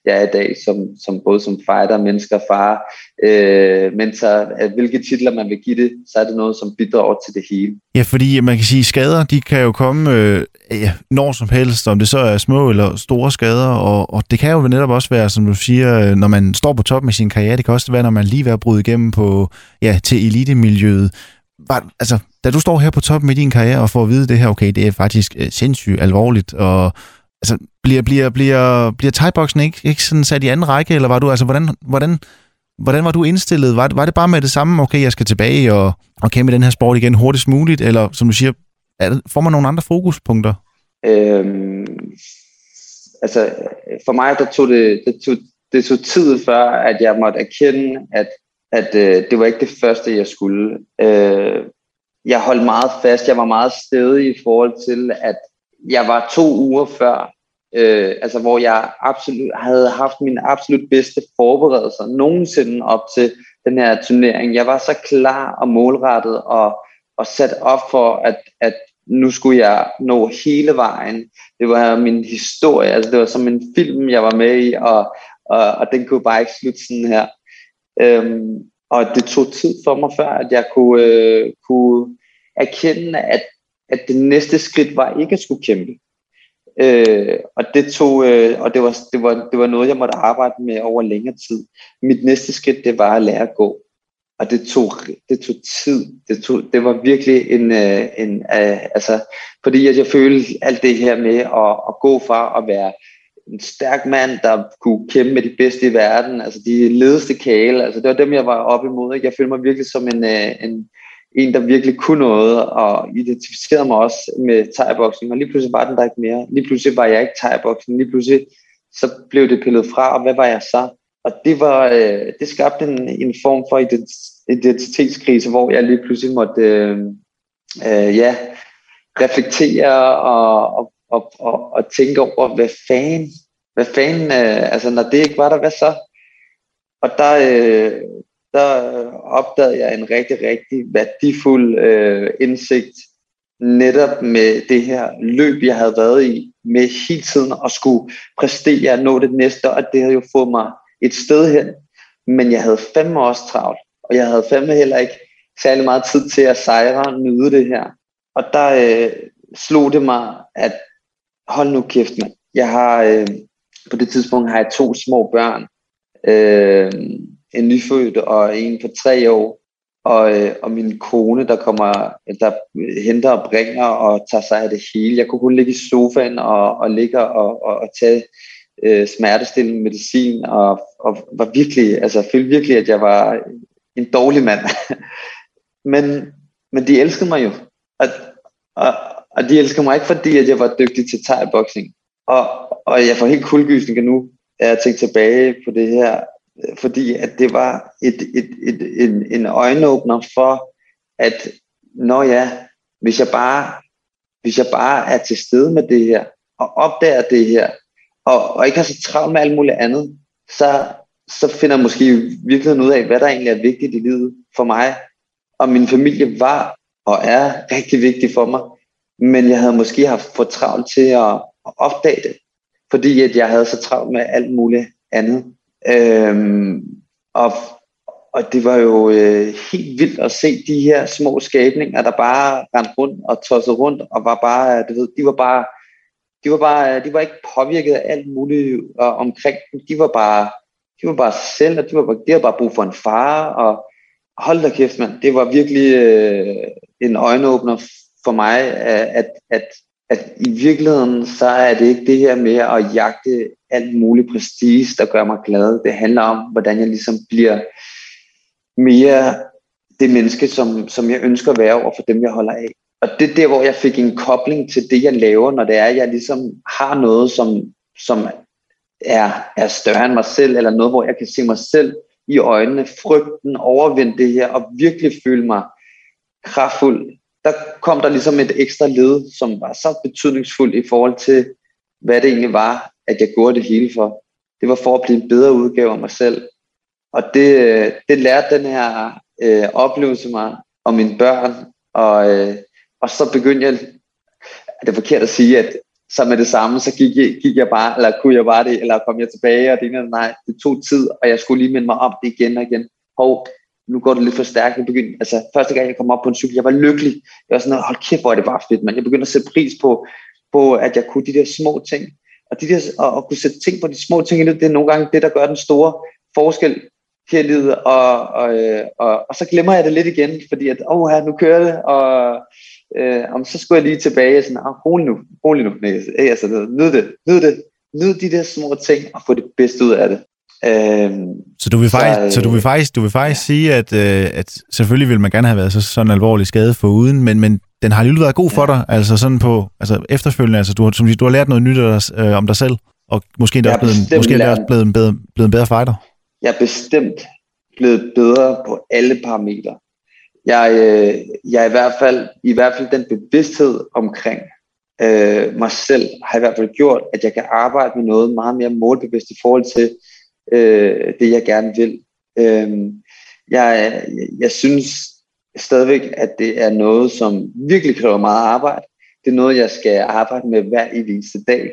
Speaker 2: jeg er i dag, som, som både som fighter, mennesker, far, øh, mentor, hvilke titler man vil give det, så er det noget, som bidrager til det hele.
Speaker 1: Ja, fordi man kan sige, skader, de kan jo komme øh, ja, når som helst, om det så er små eller store skader, og, og det kan jo netop også være, som du siger, når man står på toppen af sin karriere, det kan også være, når man lige er brudt igennem på, ja, til elitemiljøet. Var, altså, da du står her på toppen i din karriere og får at vide det her, okay, det er faktisk øh, sindssygt alvorligt, og altså, bliver, bliver, bliver, bliver thai-boksen ikke, ikke sådan sat i anden række, eller var du, altså, hvordan, hvordan, hvordan var du indstillet? Var, var det bare med det samme, okay, jeg skal tilbage og, og kæmpe den her sport igen hurtigst muligt, eller som du siger, er det, får man nogle andre fokuspunkter?
Speaker 2: Øhm, altså, for mig, der tog det, det, tog, det tog tid før, at jeg måtte erkende, at, at øh, det var ikke det første, jeg skulle. Øh, jeg holdt meget fast, jeg var meget stædig i forhold til, at jeg var to uger før, øh, altså hvor jeg absolut havde haft min absolut bedste forberedelser nogensinde op til den her turnering. Jeg var så klar og målrettet og, og sat op for, at, at nu skulle jeg nå hele vejen. Det var min historie, altså det var som en film, jeg var med i, og, og, og den kunne bare ikke slutte sådan her. Øhm, og det tog tid for mig før, at jeg kunne, øh, kunne erkende, at at det næste skridt var ikke at skulle kæmpe. Øh, og det tog, øh, og det var, det, var, det var noget, jeg måtte arbejde med over længere tid. Mit næste skridt, det var at lære at gå. Og det tog, det tog tid. Det, tog, det var virkelig en, øh, en øh, altså, fordi at jeg følte alt det her med at, at gå fra at være en stærk mand, der kunne kæmpe med de bedste i verden, altså de ledeste kæle, altså det var dem, jeg var op imod. Ikke? Jeg følte mig virkelig som en, øh, en en, der virkelig kunne noget, og identificerede mig også med thai-boksning, og lige pludselig var den der ikke mere. Lige pludselig var jeg ikke thai-boksning, lige pludselig så blev det pillet fra, og hvad var jeg så? Og det var, øh, det skabte en, en form for identitetskrise, hvor jeg lige pludselig måtte øh, øh, ja, reflektere og, og, og, og, og tænke over, hvad fanden, hvad fanden, øh, altså når det ikke var der, hvad så? Og der... Øh, der opdagede jeg en rigtig, rigtig værdifuld øh, indsigt netop med det her løb, jeg havde været i, med hele tiden at skulle præstere og nå det næste, og det havde jo fået mig et sted hen, men jeg havde fandme også travlt, og jeg havde fandme heller ikke særlig meget tid til at sejre og nyde det her. Og der øh, slog det mig, at hold nu kæft, mand. Jeg har, øh, på det tidspunkt har jeg to små børn, øh, en nyfødt og en på tre år, og, øh, og min kone, der kommer, der henter og bringer og tager sig af det hele. Jeg kunne kun ligge i sofaen og, og ligge og, og, og tage øh, smertestillende medicin, og, og var virkelig, altså følte virkelig, at jeg var en dårlig mand. men, men de elskede mig jo, og, og, og de elskede mig ikke, fordi at jeg var dygtig til thai-boksning. Og, og jeg får helt kuldegysninger nu, at jeg tænker tilbage på det her, fordi at det var et, et, et, en, en øjenåbner for, at når ja, hvis jeg bare hvis jeg bare er til stede med det her, og opdager det her, og, og ikke har så travlt med alt muligt andet, så, så finder jeg måske virkelig ud af, hvad der egentlig er vigtigt i livet for mig. Og min familie var og er rigtig vigtig for mig, men jeg havde måske haft for travlt til at, at opdage det, fordi at jeg havde så travlt med alt muligt andet. Øhm, og, og det var jo øh, helt vildt at se de her små skabninger, der bare rendte rundt og tossede rundt, og var bare, du ved, de var bare, de var bare, de var ikke påvirket af alt muligt og omkring dem. De var bare, de var bare sig selv, og de var bare, de havde bare brug for en far, og hold da kæft, mand, det var virkelig øh, en øjenåbner for mig, at, at, at i virkeligheden, så er det ikke det her med at jagte alt muligt prestige, der gør mig glad. Det handler om, hvordan jeg ligesom bliver mere det menneske, som, som jeg ønsker at være over for dem, jeg holder af. Og det er der, hvor jeg fik en kobling til det, jeg laver, når det er, at jeg ligesom har noget, som, som er, er større end mig selv, eller noget, hvor jeg kan se mig selv i øjnene, frygten, overvinde det her, og virkelig føle mig kraftfuld. Der kom der ligesom et ekstra led, som var så betydningsfuldt i forhold til, hvad det egentlig var, at jeg gjorde det hele for. Det var for at blive en bedre udgave af mig selv. Og det, det lærte den her øh, oplevelse mig om mine børn. Og, øh, og så begyndte jeg, det er forkert at sige, at så med det samme, så gik jeg, gik jeg bare, eller kunne jeg bare det, eller kom jeg tilbage, og det ene, nej, det tog tid, og jeg skulle lige minde mig om det igen og igen. Hov, nu går det lidt for stærkt. Jeg begyndte, altså, første gang jeg kom op på en cykel, jeg var lykkelig. Jeg var sådan, hold kæft, hvor er det bare fedt, man. Jeg begyndte at sætte pris på, på, at jeg kunne de der små ting. Og, de der, og, og kunne sætte ting på de små ting i livet, det er nogle gange det, der gør den store forskel her i livet. Og, og, og, og så glemmer jeg det lidt igen, fordi at, åh, her, nu kører det, og øh, om så skulle jeg lige tilbage og sådan, åh, rolig nu, rolig nu. Nej, altså, nyd det, nyd det, nyd de der små ting, og få det bedste ud af det. Øhm,
Speaker 1: så du vil faktisk, så, øh, så du vil faktisk, du vil faktisk ja. sige, at, øh, at selvfølgelig vil man gerne have været så sådan en alvorlig skade for uden, men, men den har alligevel været god for ja. dig, altså sådan på, altså efterfølgende, altså du har, som du har lært noget nyt øh, om dig selv, og måske er også blevet, måske er også blevet en bedre, blevet en bedre fighter.
Speaker 2: Jeg er bestemt blevet bedre på alle parametre. Jeg, øh, jeg er i hvert fald, i hvert fald den bevidsthed omkring øh, mig selv, har i hvert fald gjort, at jeg kan arbejde med noget meget mere målbevidst i forhold til øh, det, jeg gerne vil. Øh, jeg, jeg synes stadigvæk, at det er noget, som virkelig kræver meget arbejde. Det er noget, jeg skal arbejde med hver eneste dag.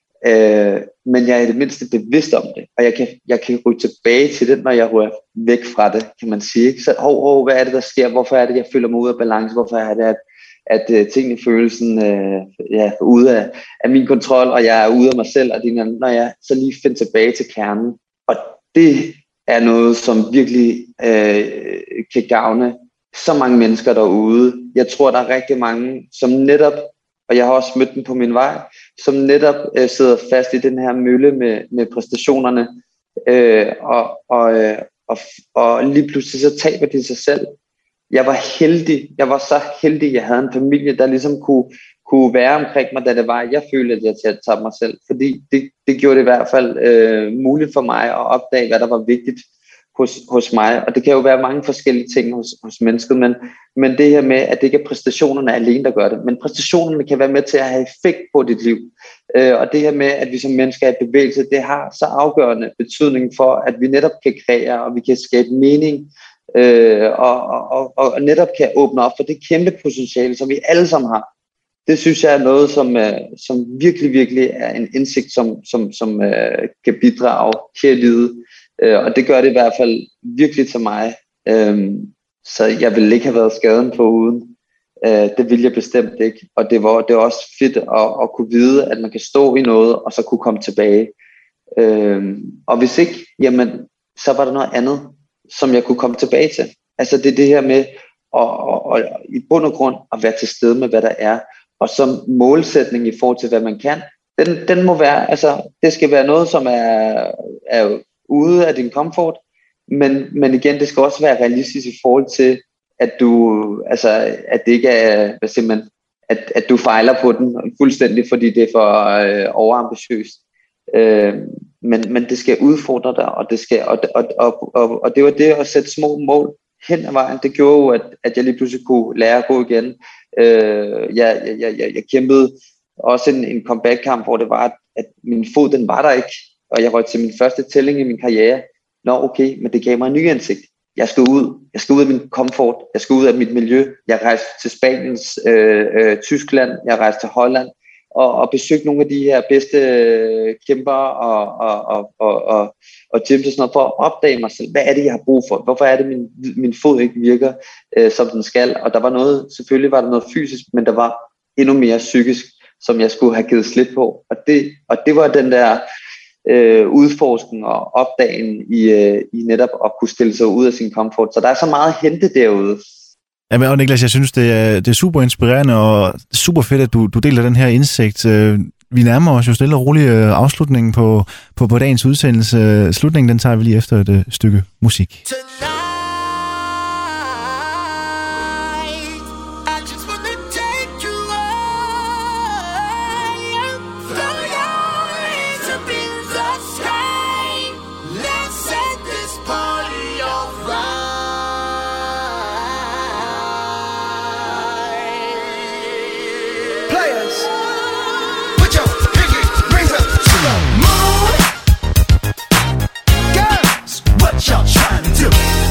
Speaker 2: Øh, men jeg er i det mindste bevidst om det, og jeg kan, jeg kan ryge tilbage til det, når jeg ryger væk fra det, kan man sige. Ikke? Så hov, hov, hvad er det, der sker? Hvorfor er det, jeg føler mig ude af balance? Hvorfor er det, at, at, at tingene føles sådan, øh, ja, ude af, af min kontrol, og jeg er ude af mig selv, og det, når jeg så lige finder tilbage til kernen. Og det er noget, som virkelig øh, kan gavne så mange mennesker derude. Jeg tror, der er rigtig mange, som netop, og jeg har også mødt dem på min vej, som netop øh, sidder fast i den her mølle med, med præstationerne, øh, og, og, øh, og, og lige pludselig så taber de sig selv. Jeg var heldig, jeg var så heldig, at jeg havde en familie, der ligesom kunne, kunne være omkring mig, da det var, jeg følte, at jeg tabte mig selv, fordi det, det gjorde det i hvert fald øh, muligt for mig at opdage, hvad der var vigtigt hos, hos mig, og det kan jo være mange forskellige ting hos, hos mennesket, men, men det her med, at det ikke er præstationerne alene, der gør det, men præstationerne kan være med til at have effekt på dit liv, øh, og det her med, at vi som mennesker er i bevægelse, det har så afgørende betydning for, at vi netop kan kreere, og vi kan skabe mening, øh, og, og, og, og netop kan åbne op for det kæmpe potentiale, som vi alle sammen har. Det synes jeg er noget, som, øh, som virkelig, virkelig er en indsigt, som, som, som øh, kan bidrage her i livet. Øh, og det gør det i hvert fald virkelig til mig. Øh, så jeg ville ikke have været skaden på uden. Øh, det ville jeg bestemt ikke. Og det var, det var også fedt at, at kunne vide, at man kan stå i noget, og så kunne komme tilbage. Øh, og hvis ikke, jamen, så var der noget andet, som jeg kunne komme tilbage til. Altså det er det her med at, at, at, i bund og grund at være til stede med, hvad der er. Og som målsætning i forhold til, hvad man kan, den, den må være, altså, det skal være noget, som er, er ude af din komfort, men, men igen, det skal også være realistisk i forhold til, at du, altså, at det ikke er, hvad siger man, at, at du fejler på den fuldstændig, fordi det er for øh, overambitiøst. Øh, men, men det skal udfordre dig, og det skal, og, og, og, og, og det var det at sætte små mål hen ad vejen, det gjorde jo, at, at jeg lige pludselig kunne lære at gå igen. Øh, jeg, jeg, jeg, jeg kæmpede også en, en comeback-kamp, hvor det var, at, at min fod, den var der ikke, og jeg røg til min første tælling i min karriere. Nå, okay, men det gav mig en ny indsigt. Jeg skal ud, jeg skal ud af min komfort, jeg skal ud af mit miljø. Jeg rejste til Spaniens, øh, øh, Tyskland, jeg rejste til Holland, og, og besøgte nogle af de her bedste øh, kæmper og, og, og, og, og, og gyms og sådan noget, for at opdage mig selv. Hvad er det, jeg har brug for? Hvorfor er det, min, min fod ikke virker, øh, som den skal? Og der var noget, selvfølgelig var der noget fysisk, men der var endnu mere psykisk, som jeg skulle have givet slip på. Og det, og det var den der øh, udforskning og opdagen i, øh, i netop at kunne stille sig ud af sin komfort. Så der er så meget at hente derude.
Speaker 1: Jamen, og Niklas, jeg synes, det er, det er super inspirerende og super fedt, at du, du deler den her indsigt. Vi nærmer os jo stille og roligt afslutningen på, på, på dagens udsendelse. Slutningen, den tager vi lige efter et stykke musik.
Speaker 5: Y'all trying to do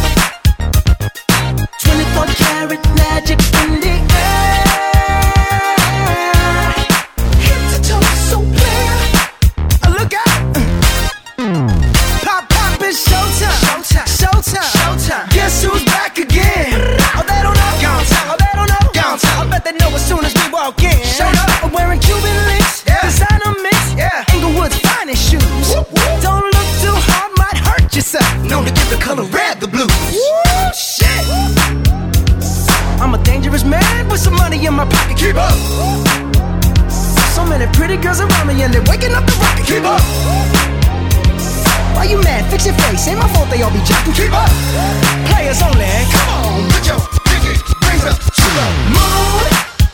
Speaker 5: in my pocket. Keep up. So many pretty girls around me and they're waking up the rocket. Keep up. Why you mad? Fix your face. Ain't my fault they all be jocking. Keep up. Players only. Come on, put your pinky rings up to the moon.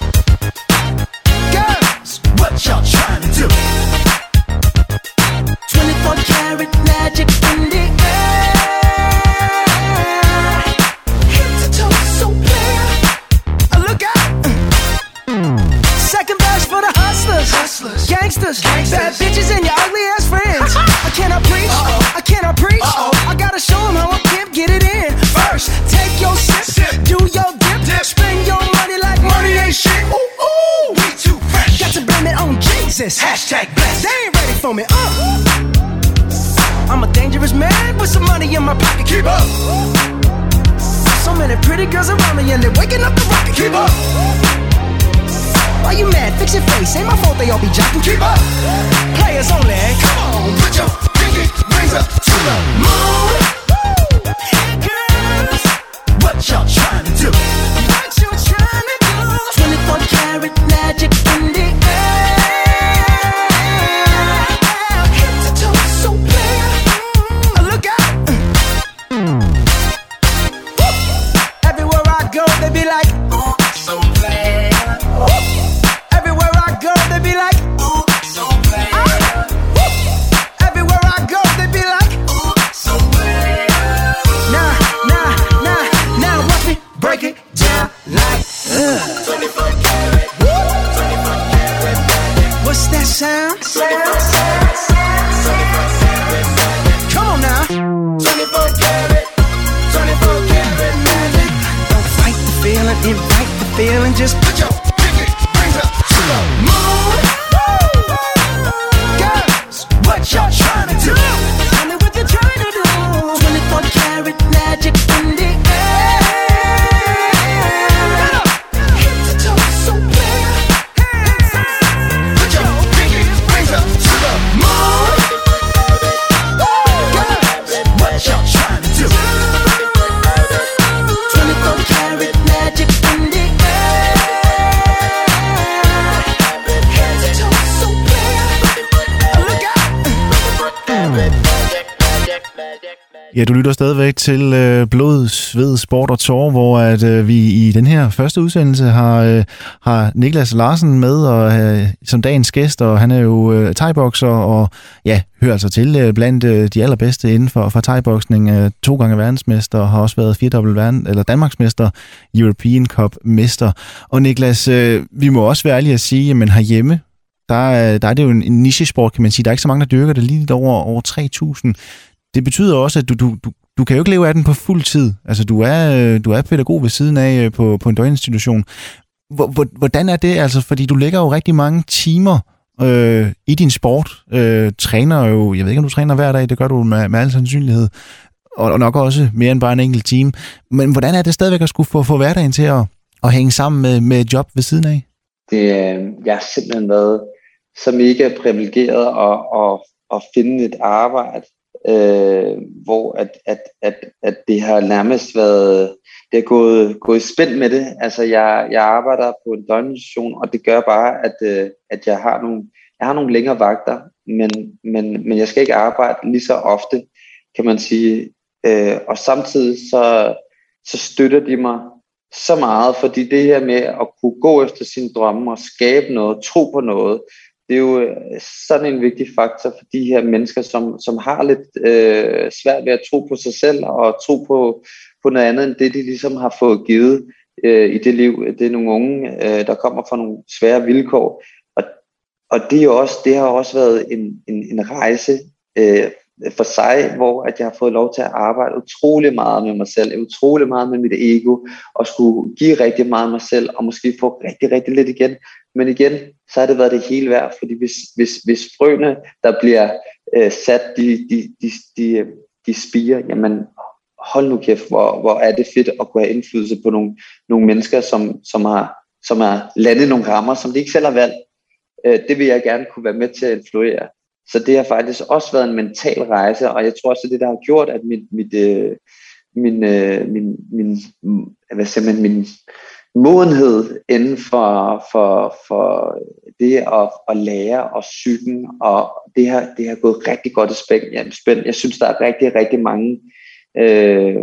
Speaker 5: Girls, what y'all trying to do? twenty-four karat magic in the air. Head to toe, so clear. Look out. Second verse for the hustlers, hustlers. Gangsters, gangsters, bad bitches and your ugly ass friends. I cannot preach, Uh-oh. I cannot preach. Uh-oh. I gotta show them how a pimp get it in. First, take your sip, sip. Do your dip, dip, spend your money like money ain't shit. Ooh, ooh, we too fresh. Got to blame it on Jesus. Hashtag blessed. They ain't ready for me. Uh. I'm a dangerous man with some money in my pocket. Keep up. So many pretty girls around me and they're waking up the rocket. Keep up. Why you mad? Fix your face. Ain't my fault they all be jocking. Keep up. Players only. Come on, put your pinky rings up to the moon. Hey girls, what y'all trying to do? What you trying to do? twenty-four karat magic in the air. Head to toe, so clear. Look out. Everywhere I go, they be like, ooh, so clear. Everywhere I go, they be like, ooh, so clear. Everywhere I go, they be like, ooh, so clear. Nah, nah, nah, now watch me break it down like, uh. twenty-four karat, twenty-four karat magic. What's that sound? Sound, sound, sound, twenty-four karat magic. Come on now. twenty-four karat, twenty-four karat magic. Don't fight the feeling, invite the feeling, just put your pinky rings up to the moon. Girls, what y'all trying to do? Tell me what you're trying to do. twenty-four karat magic in the air. Head to toe, so clear. Put your pinky rings up to the moon. Girls, what y'all trying to do? twenty-four karat magic in the air. Head to toe, so clear. Look out.
Speaker 1: Ja, du lytter stadigvæk til øh, Blod, Sved, Sport og Tårer, hvor at, øh, vi i den her første udsendelse har, øh, har Niklas Larsen med og, øh, som dagens gæst, og han er jo øh, thai-bokser og ja, hører altså til øh, blandt øh, de allerbedste inden for, for thai-boksning. Øh, to gange verdensmester og har også været firedobbelt verden, eller Danmarksmester, European Cup-mester. Og Niklas, øh, vi må også være ærlige at sige, men herhjemme, der, er, der er det jo en, en nichesport, kan man sige. Der er ikke så mange, der dyrker det, lige lidt over, over tre tusind. Det betyder også, at du, du, du, du kan jo ikke leve af den på fuld tid. Altså, du er, du er pædagog ved siden af på, på en døgninstitution. Hvordan er det? Altså, fordi du lægger jo rigtig mange timer øh, i din sport. Øh, træner jo, jeg ved ikke, om du træner hver dag, det gør du med, med al sandsynlighed. Og, og nok også mere end bare en enkelt time. Men hvordan er det stadigvæk at skulle få, få hverdagen til at, at hænge sammen med, med et job ved siden af?
Speaker 2: Det, jeg har simpelthen været så mega privilegeret at, at, at finde et arbejde, Øh, hvor at, at, at, at det har nærmest været, det er gået, gået i spænd med det. Altså jeg, jeg arbejder på en døgninstitution, og det gør bare, at, øh, at jeg, har nogle, jeg har nogle længere vagter, men, men, men jeg skal ikke arbejde lige så ofte, kan man sige. Øh, og samtidig så, så støtter de mig så meget, fordi det her med at kunne gå efter sine drømme og skabe noget, tro på noget, det er jo sådan en vigtig faktor for de her mennesker, som, som har lidt øh, svært ved at tro på sig selv og tro på, på noget andet end det, de ligesom har fået givet øh, i det liv. Det er nogle unge, øh, der kommer fra nogle svære vilkår. Og, og det, er jo også, det har også været en, en, en rejse øh, for sig, hvor at jeg har fået lov til at arbejde utrolig meget med mig selv, utrolig meget med mit ego, og skulle give rigtig meget af mig selv, og måske få rigtig, rigtig lidt igen. Men igen, så har det været det hele værd, fordi hvis, hvis, hvis frøene, der bliver øh, sat, de, de, de, de, de spiger, jamen hold nu kæft, hvor, hvor er det fedt at kunne have indflydelse på nogle, nogle mennesker, som, som, har, som har landet nogle rammer, som de ikke selv har valgt. Øh, det vil jeg gerne kunne være med til at influere. Så det har faktisk også været en mental rejse, og jeg tror også, det der har gjort, at mit, mit, øh, min, øh, min, min, hvad siger man, min, modenhed inden for, for, for det at, at lære og psyken, og det har, det har gået rigtig godt i spænd. Jeg synes, der er rigtig, rigtig mange øh,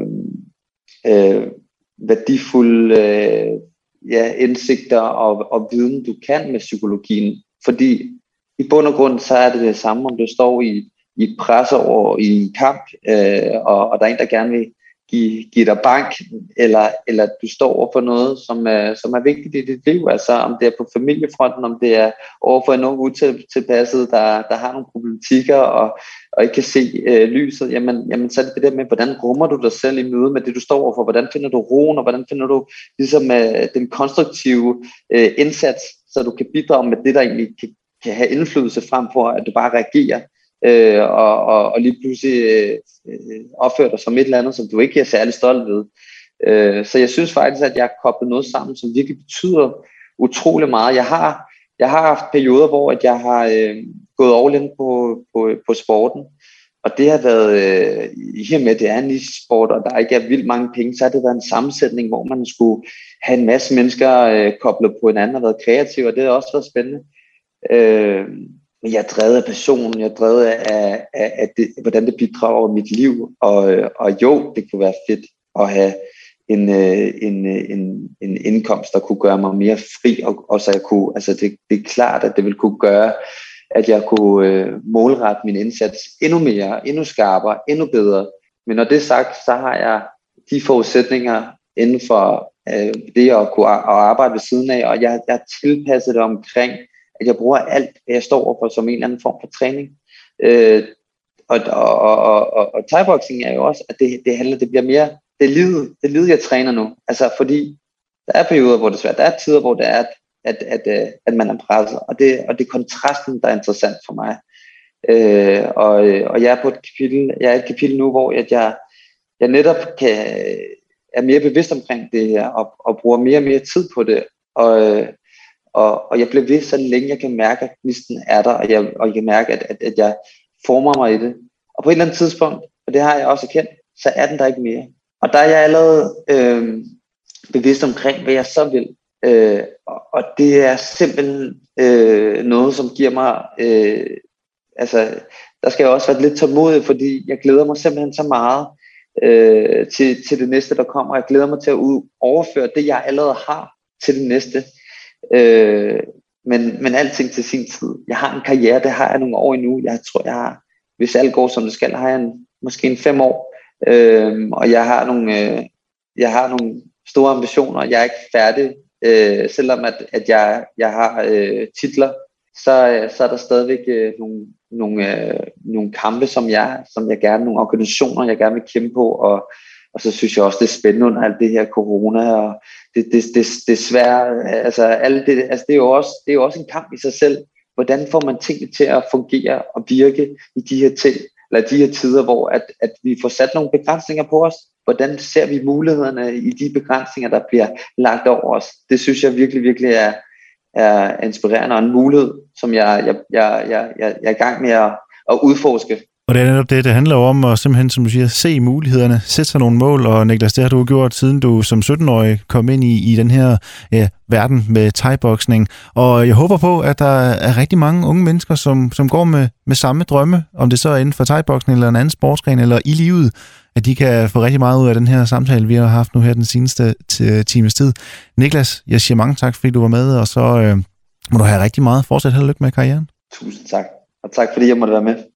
Speaker 2: øh, værdifulde øh, ja, indsigter og, og viden, du kan med psykologien, fordi i bund og grund, så er det det samme, om du står i, i et presseår, i en kamp, øh, og, og der er en, der gerne vil give, give dig bank, eller, eller du står over for noget, som er, som er vigtigt i dit liv, altså om det er på familiefronten, om det er over for en ung utilpasset, der, der har nogle problematikker, og, og ikke kan se øh, lyset, jamen, jamen så er det det der med, hvordan rummer du dig selv i møde med det, du står over for, hvordan finder du roen, og hvordan finder du ligesom øh, den konstruktive øh, indsats, så du kan bidrage med det, der egentlig kan, kan have indflydelse frem for, at du bare reagerer, Øh, og, og, og lige pludselig øh, opfører dig som et eller andet, som du ikke er særlig stolt ved. Øh, så jeg synes faktisk, at jeg har koblet noget sammen, som virkelig betyder utrolig meget. Jeg har, jeg har haft perioder, hvor at jeg har øh, gået all in på, på, på sporten, og det har været, øh, i og med det er en niche-sport, og der ikke er vildt mange penge, så har det været en sammensætning, hvor man skulle have en masse mennesker øh, koblet på hinanden og været kreativ, og det har også været spændende. Øh, Men jeg er drevet af passionen, jeg er drevet af, af, af det, hvordan det bidrager mit liv, og, og jo, det kunne være fedt at have en, en, en, en indkomst, der kunne gøre mig mere fri, og, og så jeg kunne, altså det, det er klart, at det ville kunne gøre, at jeg kunne øh, målrette min indsats endnu mere, endnu skarpere, endnu bedre. Men når det er sagt, så har jeg de forudsætninger inden for øh, det at kunne arbejde ved siden af, og jeg, jeg har tilpasset det omkring, at jeg bruger alt, hvad jeg står overfor som en eller anden form for træning. Øh, og, og, og, og, og thai-boxing er jo også, at det, det handler, det bliver mere, det er livet, det er livet, jeg træner nu. Altså fordi, der er perioder, hvor det er svært, der er tider, hvor det er, at, at, at, at man er presset, og det, og det er kontrasten, der er interessant for mig. Øh, og, og jeg er på et kapitel, jeg er et kapitel nu, hvor at jeg, jeg netop kan, er mere bevidst omkring det her, og, og bruger mere og mere tid på det, og Og, og jeg bliver ved, så længe jeg kan mærke, at gnisten er der, og jeg, og jeg kan mærke, at, at, at jeg former mig i det. Og på et eller andet tidspunkt, og det har jeg også erkendt, så er den der ikke mere. Og der er jeg allerede øh, bevidst omkring, hvad jeg så vil. Øh, og, og det er simpelthen øh, noget, som giver mig... Øh, altså, der skal jeg også være lidt tålmodig, fordi jeg glæder mig simpelthen så meget øh, til, til det næste, der kommer. Jeg glæder mig til at overføre det, jeg allerede har, til det næste. Øh, men, men alting til sin tid. Jeg har en karriere, det har jeg nogle år endnu. Jeg tror, jeg har, hvis alt går som det skal, har jeg en, måske en fem år. Øh, og jeg har nogle, øh, jeg har nogle store ambitioner. Jeg er ikke færdig, øh, selvom at, at jeg, jeg har øh, titler, så, så er der stadigvæk øh, nogle, nogle, øh, nogle kampe, som jeg, som jeg gerne, nogle organisationer, jeg gerne vil kæmpe på, og Og så synes jeg også, det er spændende under alt det her corona, og det, det, det, det er svært, altså, alle det, altså det, er jo også, det er jo også en kamp i sig selv. Hvordan får man tingene til at fungere og virke i de her, ting, eller de her tider, hvor at, at vi får sat nogle begrænsninger på os? Hvordan ser vi mulighederne i de begrænsninger, der bliver lagt over os? Det synes jeg virkelig, virkelig er, er inspirerende, og en mulighed, som jeg, jeg, jeg, jeg, jeg er i gang med at, at udforske.
Speaker 1: Og det er netop det, det handler om at simpelthen, som du siger, se mulighederne, sætte sig nogle mål, og Niklas, det har du gjort, siden du som sytten-årig kom ind i, i den her ja, verden med thai-boksning. Og jeg håber på, at der er rigtig mange unge mennesker, som, som går med, med samme drømme, om det så er inden for thai-boksning eller en anden sportsgren, eller i livet, at de kan få rigtig meget ud af den her samtale, vi har haft nu her den seneste t- times tid. Niklas, jeg siger mange tak, fordi du var med, og så øh, må du have rigtig meget fortsat held og lykke med karrieren.
Speaker 2: Tusind tak, og tak fordi jeg måtte være med.